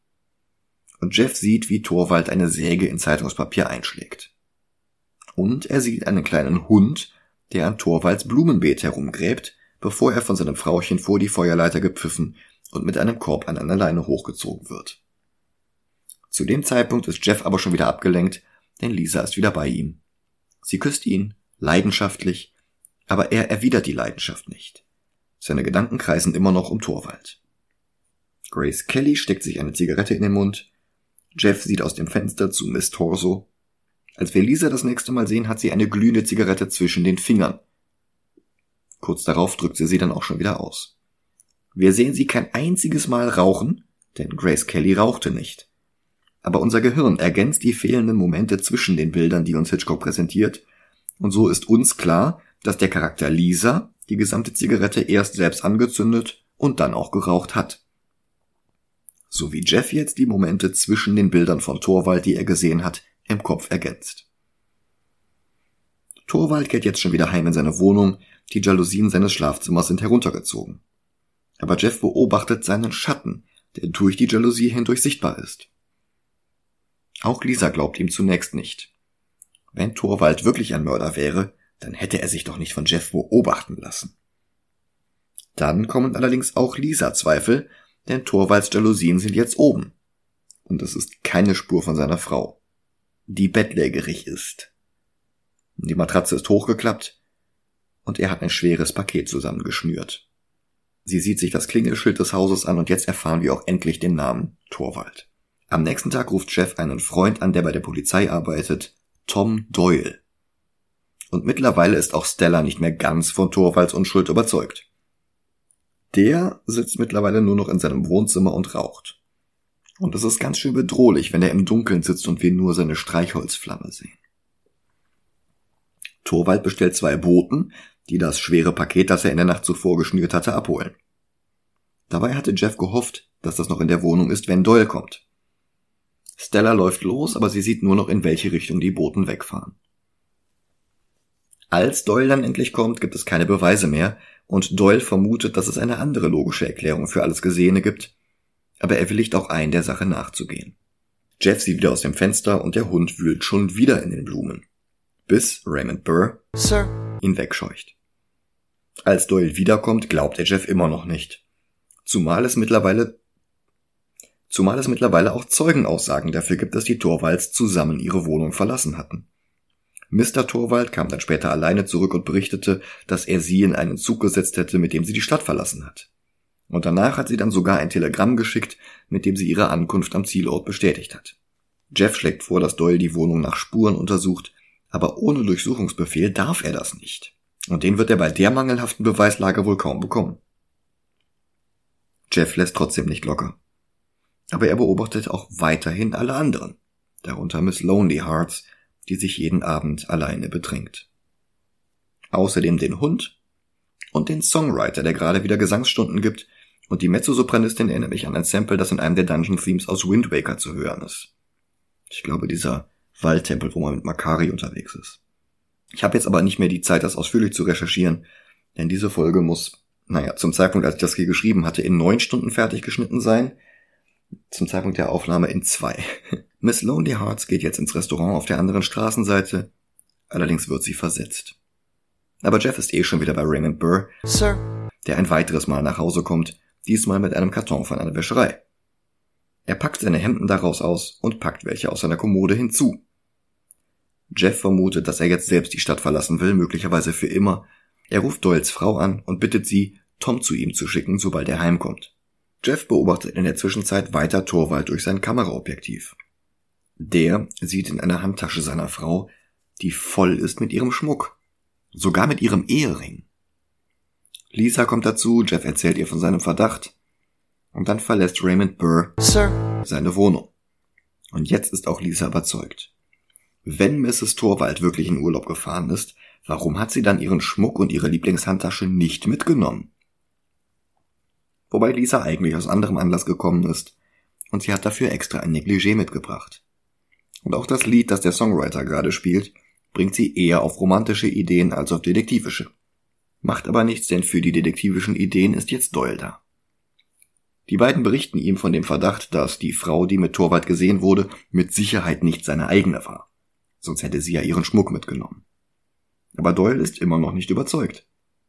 Und Jeff sieht, wie Torvald eine Säge in Zeitungspapier einschlägt. Und er sieht einen kleinen Hund, der an Torvalds Blumenbeet herumgräbt, bevor er von seinem Frauchen vor die Feuerleiter gepfiffen und mit einem Korb an einer Leine hochgezogen wird. Zu dem Zeitpunkt ist Jeff aber schon wieder abgelenkt, denn Lisa ist wieder bei ihm. Sie küsst ihn, leidenschaftlich, aber er erwidert die Leidenschaft nicht. Seine Gedanken kreisen immer noch um Torvald. Grace Kelly steckt sich eine Zigarette in den Mund. Jeff sieht aus dem Fenster zu Miss Torso. Als wir Lisa das nächste Mal sehen, hat sie eine glühende Zigarette zwischen den Fingern. Kurz darauf drückt sie dann auch schon wieder aus. Wir sehen sie kein einziges Mal rauchen, denn Grace Kelly rauchte nicht. Aber unser Gehirn ergänzt die fehlenden Momente zwischen den Bildern, die uns Hitchcock präsentiert, und so ist uns klar, dass der Charakter Lisa die gesamte Zigarette erst selbst angezündet und dann auch geraucht hat. So wie Jeff jetzt die Momente zwischen den Bildern von Torvald, die er gesehen hat, im Kopf ergänzt. Torvald kehrt jetzt schon wieder heim in seine Wohnung, die Jalousien seines Schlafzimmers sind heruntergezogen. Aber Jeff beobachtet seinen Schatten, der durch die Jalousie hindurch sichtbar ist. Auch Lisa glaubt ihm zunächst nicht. Wenn Torvald wirklich ein Mörder wäre, dann hätte er sich doch nicht von Jeff beobachten lassen. Dann kommen allerdings auch Lisa Zweifel, denn Torvalds Jalousien sind jetzt oben. Und es ist keine Spur von seiner Frau, die bettlägerig ist. Die Matratze ist hochgeklappt und er hat ein schweres Paket zusammengeschnürt. Sie sieht sich das Klingelschild des Hauses an und jetzt erfahren wir auch endlich den Namen Torvald. Am nächsten Tag ruft Jeff einen Freund an, der bei der Polizei arbeitet, Tom Doyle. Und mittlerweile ist auch Stella nicht mehr ganz von Torvalds Unschuld überzeugt. Der sitzt mittlerweile nur noch in seinem Wohnzimmer und raucht. Und es ist ganz schön bedrohlich, wenn er im Dunkeln sitzt und wir nur seine Streichholzflamme sehen. Torvald bestellt 2 Boten, die das schwere Paket, das er in der Nacht zuvor geschnürt hatte, abholen. Dabei hatte Jeff gehofft, dass das noch in der Wohnung ist, wenn Doyle kommt. Stella läuft los, aber sie sieht nur noch, in welche Richtung die Boten wegfahren. Als Doyle dann endlich kommt, gibt es keine Beweise mehr und Doyle vermutet, dass es eine andere logische Erklärung für alles Gesehene gibt, aber er willigt auch ein, der Sache nachzugehen. Jeff sieht wieder aus dem Fenster und der Hund wühlt schon wieder in den Blumen, bis Raymond Burr ihn wegscheucht. Als Doyle wiederkommt, glaubt er Jeff immer noch nicht. Zumal es mittlerweile auch Zeugenaussagen dafür gibt, dass die Torvalds zusammen ihre Wohnung verlassen hatten. Mr. Torvald kam dann später alleine zurück und berichtete, dass er sie in einen Zug gesetzt hätte, mit dem sie die Stadt verlassen hat. Und danach hat sie dann sogar ein Telegramm geschickt, mit dem sie ihre Ankunft am Zielort bestätigt hat. Jeff schlägt vor, dass Doyle die Wohnung nach Spuren untersucht, aber ohne Durchsuchungsbefehl darf er das nicht. Und den wird er bei der mangelhaften Beweislage wohl kaum bekommen. Jeff lässt trotzdem nicht locker. Aber er beobachtet auch weiterhin alle anderen, darunter Miss Lonely Hearts, die sich jeden Abend alleine betrinkt. Außerdem den Hund und den Songwriter, der gerade wieder Gesangsstunden gibt, und die Mezzosopranistin erinnert mich an ein Sample, das in einem der Dungeon-Themes aus Wind Waker zu hören ist. Ich glaube, dieser Waldtempel, wo man mit Makari unterwegs ist. Ich habe jetzt aber nicht mehr die Zeit, das ausführlich zu recherchieren, denn diese Folge muss, zum Zeitpunkt, als ich das hier geschrieben hatte, in 9 Stunden fertig geschnitten sein, zum Zeitpunkt der Aufnahme in 2. Miss Lonely Hearts geht jetzt ins Restaurant auf der anderen Straßenseite, allerdings wird sie versetzt. Aber Jeff ist schon wieder bei Raymond Burr, der ein weiteres Mal nach Hause kommt, diesmal mit einem Karton von einer Wäscherei. Er packt seine Hemden daraus aus und packt welche aus seiner Kommode hinzu. Jeff vermutet, dass er jetzt selbst die Stadt verlassen will, möglicherweise für immer. Er ruft Doyles Frau an und bittet sie, Tom zu ihm zu schicken, sobald er heimkommt. Jeff beobachtet in der Zwischenzeit weiter Torvald durch sein Kameraobjektiv. Der sieht in einer Handtasche seiner Frau, die voll ist mit ihrem Schmuck. Sogar mit ihrem Ehering. Lisa kommt dazu, Jeff erzählt ihr von seinem Verdacht. Und dann verlässt Raymond Burr seine Wohnung. Und jetzt ist auch Lisa überzeugt. Wenn Mrs. Torvald wirklich in Urlaub gefahren ist, warum hat sie dann ihren Schmuck und ihre Lieblingshandtasche nicht mitgenommen? Wobei Lisa eigentlich aus anderem Anlass gekommen ist und sie hat dafür extra ein Negligé mitgebracht. Und auch das Lied, das der Songwriter gerade spielt, bringt sie eher auf romantische Ideen als auf detektivische. Macht aber nichts, denn für die detektivischen Ideen ist jetzt Doyle da. Die beiden berichten ihm von dem Verdacht, dass die Frau, die mit Torvald gesehen wurde, mit Sicherheit nicht seine eigene war. Sonst hätte sie ja ihren Schmuck mitgenommen. Aber Doyle ist immer noch nicht überzeugt.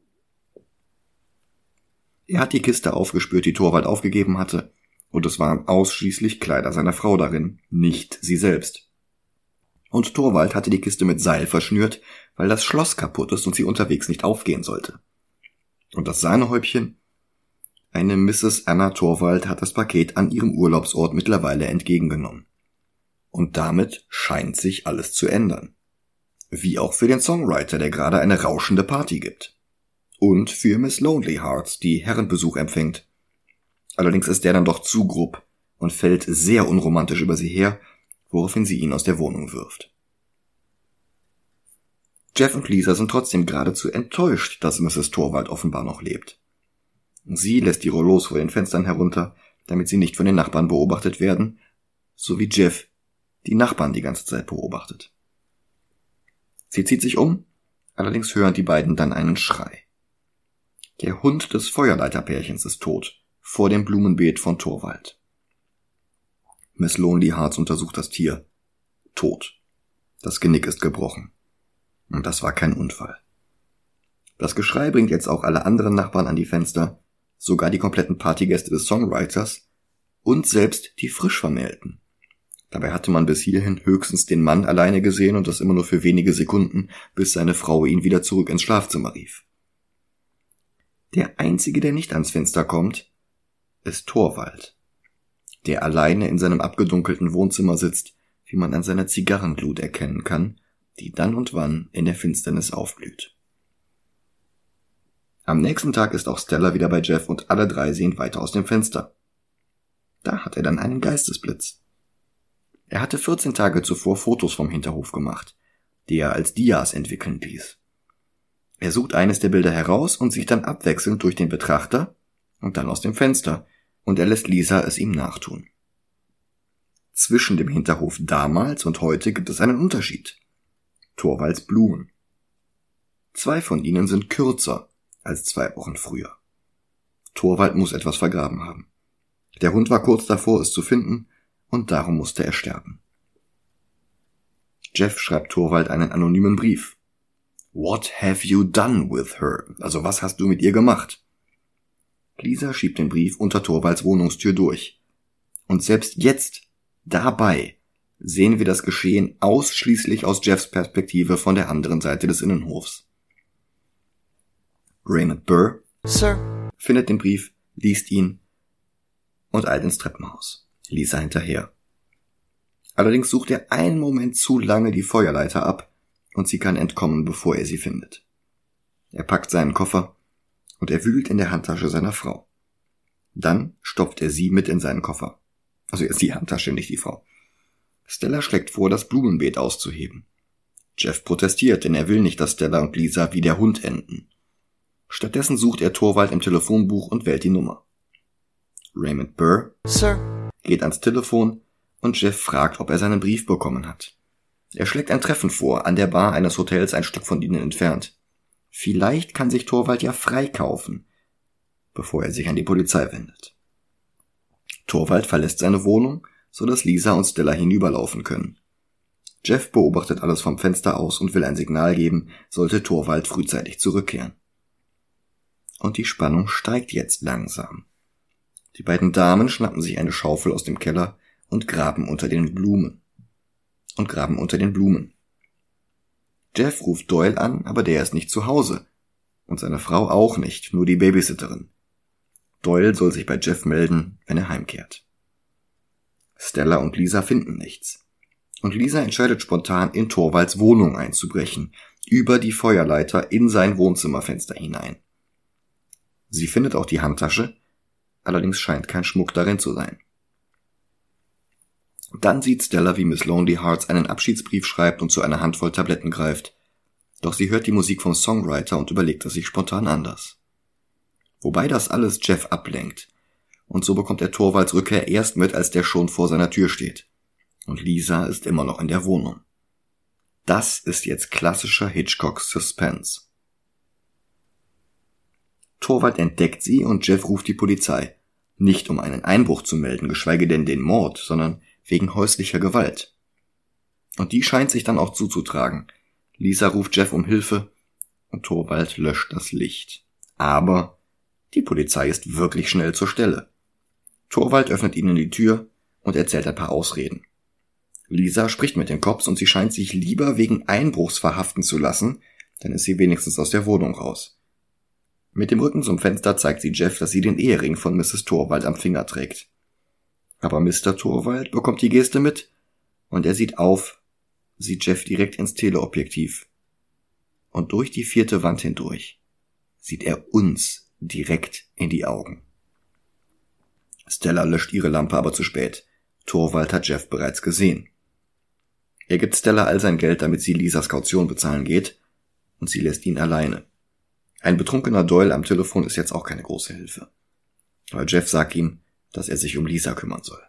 Er hat die Kiste aufgespürt, die Torvald aufgegeben hatte, und es waren ausschließlich Kleider seiner Frau darin, nicht sie selbst. Und Torvald hatte die Kiste mit Seil verschnürt, weil das Schloss kaputt ist und sie unterwegs nicht aufgehen sollte. Und das Sahnehäubchen? Eine Mrs. Anna Torvald hat das Paket an ihrem Urlaubsort mittlerweile entgegengenommen. Und damit scheint sich alles zu ändern. Wie auch für den Songwriter, der gerade eine rauschende Party gibt. Und für Miss Lonely Hearts, die Herrenbesuch empfängt. Allerdings ist der dann doch zu grob und fällt sehr unromantisch über sie her, woraufhin sie ihn aus der Wohnung wirft. Jeff und Lisa sind trotzdem geradezu enttäuscht, dass Mrs. Torvald offenbar noch lebt. Sie lässt die Rollos vor den Fenstern herunter, damit sie nicht von den Nachbarn beobachtet werden, so wie Jeff die Nachbarn die ganze Zeit beobachtet. Sie zieht sich um, allerdings hören die beiden dann einen Schrei. Der Hund des Feuerleiterpärchens ist tot, vor dem Blumenbeet von Torvald. Miss Lonely Hearts untersucht das Tier. Tot. Das Genick ist gebrochen. Und das war kein Unfall. Das Geschrei bringt jetzt auch alle anderen Nachbarn an die Fenster, sogar die kompletten Partygäste des Songwriters und selbst die Frischvermählten. Dabei hatte man bis hierhin höchstens den Mann alleine gesehen und das immer nur für wenige Sekunden, bis seine Frau ihn wieder zurück ins Schlafzimmer rief. Der einzige, der nicht ans Fenster kommt, ist Torvald, der alleine in seinem abgedunkelten Wohnzimmer sitzt, wie man an seiner Zigarrenglut erkennen kann, die dann und wann in der Finsternis aufblüht. Am nächsten Tag ist auch Stella wieder bei Jeff und alle drei sehen weiter aus dem Fenster. Da hat er dann einen Geistesblitz. Er hatte 14 Tage zuvor Fotos vom Hinterhof gemacht, die er als Dias entwickeln ließ. Er sucht eines der Bilder heraus und sieht dann abwechselnd durch den Betrachter und dann aus dem Fenster, und er lässt Lisa es ihm nachtun. Zwischen dem Hinterhof damals und heute gibt es einen Unterschied. Torvalds Blumen. 2 von ihnen sind kürzer als 2 Wochen früher. Torvald muss etwas vergraben haben. Der Hund war kurz davor, es zu finden, und darum musste er sterben. Jeff schreibt Torvald einen anonymen Brief. What have you done with her? Also was hast du mit ihr gemacht? Lisa schiebt den Brief unter Torvalds Wohnungstür durch. Und selbst jetzt, dabei, sehen wir das Geschehen ausschließlich aus Jeffs Perspektive von der anderen Seite des Innenhofs. Raymond Burr, Sir, findet den Brief, liest ihn und eilt ins Treppenhaus. Lisa hinterher. Allerdings sucht er einen Moment zu lange die Feuerleiter ab und sie kann entkommen, bevor er sie findet. Er packt seinen Koffer und er wühlt in der Handtasche seiner Frau. Dann stopft er sie mit in seinen Koffer. Also er ist die Handtasche, nicht die Frau. Stella schlägt vor, das Blumenbeet auszuheben. Jeff protestiert, denn er will nicht, dass Stella und Lisa wie der Hund enden. Stattdessen sucht er Torvald im Telefonbuch und wählt die Nummer. Raymond Burr, Sir, geht ans Telefon und Jeff fragt, ob er seinen Brief bekommen hat. Er schlägt ein Treffen vor, an der Bar eines Hotels ein Stück von ihnen entfernt. Vielleicht kann sich Torvald ja freikaufen, bevor er sich an die Polizei wendet. Torvald verlässt seine Wohnung, so dass Lisa und Stella hinüberlaufen können. Jeff beobachtet alles vom Fenster aus und will ein Signal geben, sollte Torvald frühzeitig zurückkehren. Und die Spannung steigt jetzt langsam. Die beiden Damen schnappen sich eine Schaufel aus dem Keller und graben unter den Blumen. Jeff ruft Doyle an, aber der ist nicht zu Hause. Und seine Frau auch nicht, nur die Babysitterin. Doyle soll sich bei Jeff melden, wenn er heimkehrt. Stella und Lisa finden nichts. Und Lisa entscheidet spontan, in Torvalds Wohnung einzubrechen, über die Feuerleiter in sein Wohnzimmerfenster hinein. Sie findet auch die Handtasche, allerdings scheint kein Schmuck darin zu sein. Dann sieht Stella, wie Miss Lonely Hearts einen Abschiedsbrief schreibt und zu einer Handvoll Tabletten greift. Doch sie hört die Musik vom Songwriter und überlegt es sich spontan anders. Wobei das alles Jeff ablenkt. Und so bekommt er Torvalds Rückkehr erst mit, als der schon vor seiner Tür steht. Und Lisa ist immer noch in der Wohnung. Das ist jetzt klassischer Hitchcock-Suspense. Torvald entdeckt sie und Jeff ruft die Polizei. Nicht um einen Einbruch zu melden, geschweige denn den Mord, sondern wegen häuslicher Gewalt. Und die scheint sich dann auch zuzutragen. Lisa ruft Jeff um Hilfe und Torvald löscht das Licht. Aber die Polizei ist wirklich schnell zur Stelle. Torvald öffnet ihnen die Tür und erzählt ein paar Ausreden. Lisa spricht mit den Cops und sie scheint sich lieber wegen Einbruchs verhaften zu lassen, dann ist sie wenigstens aus der Wohnung raus. Mit dem Rücken zum Fenster zeigt sie Jeff, dass sie den Ehering von Mrs. Torvald am Finger trägt. Aber Mr. Torvald bekommt die Geste mit und er sieht auf, sieht Jeff direkt ins Teleobjektiv. Und durch die 4. Wand hindurch sieht er uns direkt in die Augen. Stella löscht ihre Lampe aber zu spät. Torvald hat Jeff bereits gesehen. Er gibt Stella all sein Geld, damit sie Lisas Kaution bezahlen geht, und sie lässt ihn alleine. Ein betrunkener Doyle am Telefon ist jetzt auch keine große Hilfe. Aber Jeff sagt ihm, dass er sich um Lisa kümmern soll.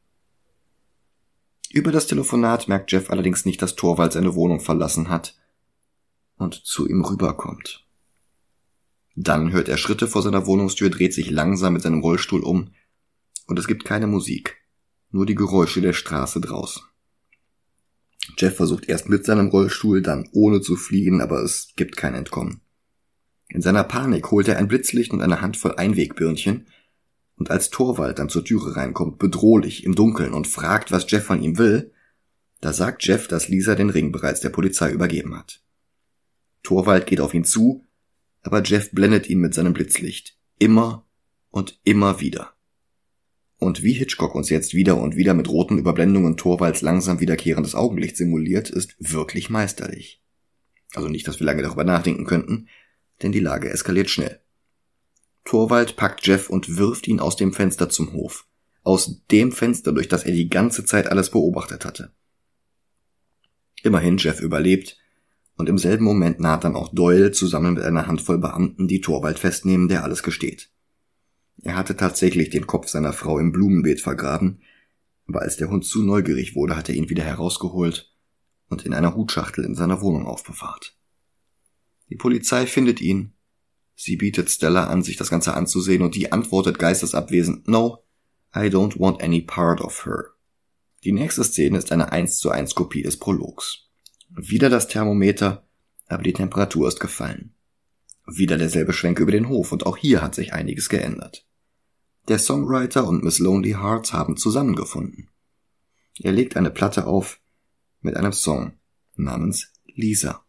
Über das Telefonat merkt Jeff allerdings nicht, dass Torvald seine Wohnung verlassen hat und zu ihm rüberkommt. Dann hört er Schritte vor seiner Wohnungstür, dreht sich langsam mit seinem Rollstuhl um und es gibt keine Musik, nur die Geräusche der Straße draußen. Jeff versucht erst mit seinem Rollstuhl, dann ohne zu fliehen, aber es gibt kein Entkommen. In seiner Panik holt er ein Blitzlicht und eine Handvoll Einwegbirnchen und als Torvald dann zur Türe reinkommt, bedrohlich im Dunkeln und fragt, was Jeff von ihm will, da sagt Jeff, dass Lisa den Ring bereits der Polizei übergeben hat. Torvald geht auf ihn zu aber Jeff blendet ihn mit seinem Blitzlicht. Immer und immer wieder. Und wie Hitchcock uns jetzt wieder und wieder mit roten Überblendungen Torvalds langsam wiederkehrendes Augenlicht simuliert, ist wirklich meisterlich. Also nicht, dass wir lange darüber nachdenken könnten, denn die Lage eskaliert schnell. Torvald packt Jeff und wirft ihn aus dem Fenster zum Hof. Aus dem Fenster, durch das er die ganze Zeit alles beobachtet hatte. Immerhin, Jeff überlebt, und im selben Moment naht dann auch Doyle zusammen mit einer Handvoll Beamten, die Torvald festnehmen, der alles gesteht. Er hatte tatsächlich den Kopf seiner Frau im Blumenbeet vergraben, aber als der Hund zu neugierig wurde, hat er ihn wieder herausgeholt und in einer Hutschachtel in seiner Wohnung aufbewahrt. Die Polizei findet ihn. Sie bietet Stella an, sich das Ganze anzusehen, und die antwortet geistesabwesend: "No, I don't want any part of her." Die nächste Szene ist eine 1:1 Kopie des Prologs. Wieder das Thermometer, aber die Temperatur ist gefallen. Wieder derselbe Schwenk über den Hof, und auch hier hat sich einiges geändert. Der Songwriter und Miss Lonely Hearts haben zusammengefunden. Er legt eine Platte auf mit einem Song namens Lisa.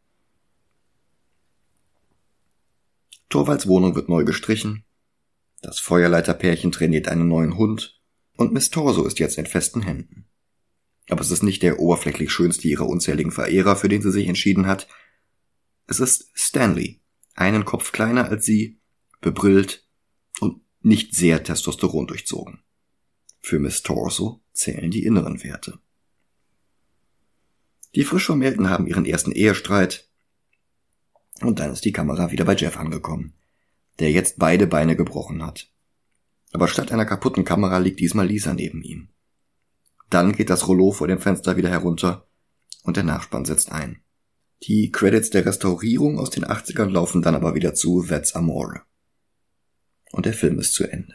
Torvalds Wohnung wird neu gestrichen, das Feuerleiterpärchen trainiert einen neuen Hund und Miss Torso ist jetzt in festen Händen. Aber es ist nicht der oberflächlich schönste ihrer unzähligen Verehrer, für den sie sich entschieden hat. Es ist Stanley, einen Kopf kleiner als sie, bebrillt und nicht sehr Testosteron durchzogen. Für Miss Torso zählen die inneren Werte. Die frisch Vermählten haben ihren ersten Ehestreit und dann ist die Kamera wieder bei Jeff angekommen, der jetzt beide Beine gebrochen hat. Aber statt einer kaputten Kamera liegt diesmal Lisa neben ihm. Dann geht das Rollo vor dem Fenster wieder herunter und der Nachspann setzt ein. Die Credits der Restaurierung aus den 80ern laufen dann aber wieder zu That's Amore. Und der Film ist zu Ende.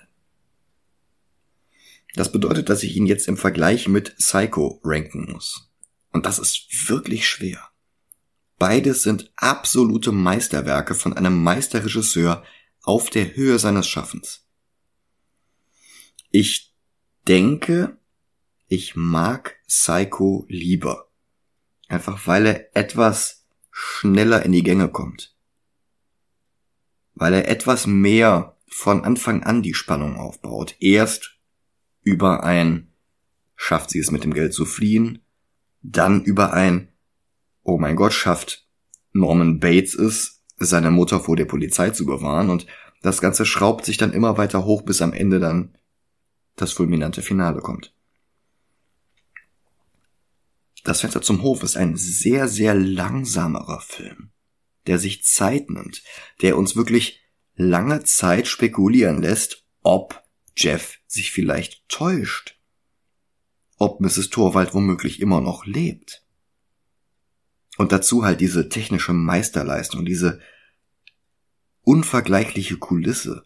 Das bedeutet, dass ich ihn jetzt im Vergleich mit Psycho ranken muss. Und das ist wirklich schwer. Beides sind absolute Meisterwerke von einem Meisterregisseur auf der Höhe seines Schaffens. Ich denke, ich mag Psycho lieber. Einfach weil er etwas schneller in die Gänge kommt. Weil er etwas mehr von Anfang an die Spannung aufbaut. Erst über ein schafft sie es mit dem Geld zu fliehen, dann über ein oh mein Gott, schafft Norman Bates es, seine Mutter vor der Polizei zu bewahren, und das Ganze schraubt sich dann immer weiter hoch, bis am Ende dann das fulminante Finale kommt. Das Fenster zum Hof ist ein sehr, sehr langsamerer Film, der sich Zeit nimmt, der uns wirklich lange Zeit spekulieren lässt, ob Jeff sich vielleicht täuscht, ob Mrs. Torvald womöglich immer noch lebt. Und dazu halt diese technische Meisterleistung, diese unvergleichliche Kulisse.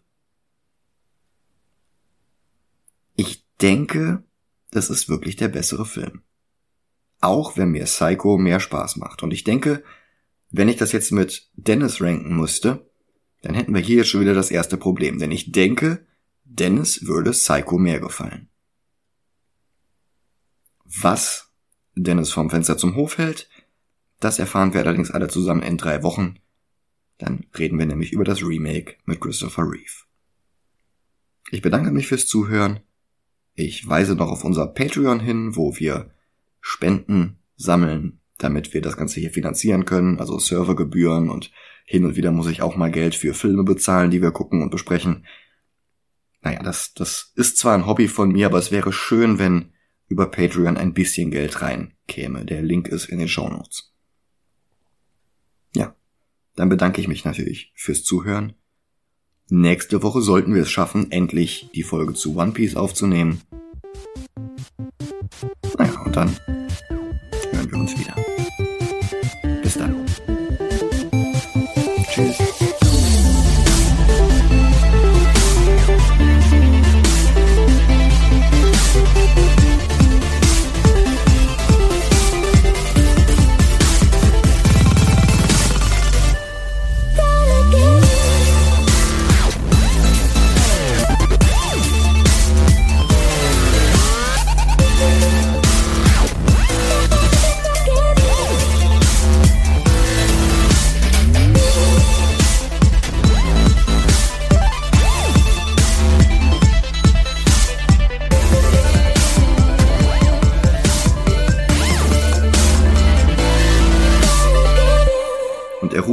Ich denke, das ist wirklich der bessere Film. Auch wenn mir Psycho mehr Spaß macht. Und ich denke, wenn ich das jetzt mit Dennis ranken müsste, dann hätten wir hier jetzt schon wieder das erste Problem. Denn ich denke, Dennis würde Psycho mehr gefallen. Was Dennis vom Fenster zum Hof hält, das erfahren wir allerdings alle zusammen in 3 Wochen. Dann reden wir nämlich über das Remake mit Christopher Reeve. Ich bedanke mich fürs Zuhören. Ich weise noch auf unser Patreon hin, wo wir Spenden sammeln, damit wir das Ganze hier finanzieren können, also Servergebühren, und hin und wieder muss ich auch mal Geld für Filme bezahlen, die wir gucken und besprechen. Naja, das ist zwar ein Hobby von mir, aber es wäre schön, wenn über Patreon ein bisschen Geld reinkäme. Der Link ist in den Shownotes. Ja, dann bedanke ich mich natürlich fürs Zuhören. Nächste Woche sollten wir es schaffen, endlich die Folge zu One Piece aufzunehmen. Naja, und dann hören wir uns wieder. Bis dann. Tschüss. Get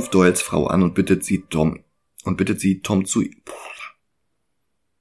ruft Doyles Frau an und bittet sie, Tom zu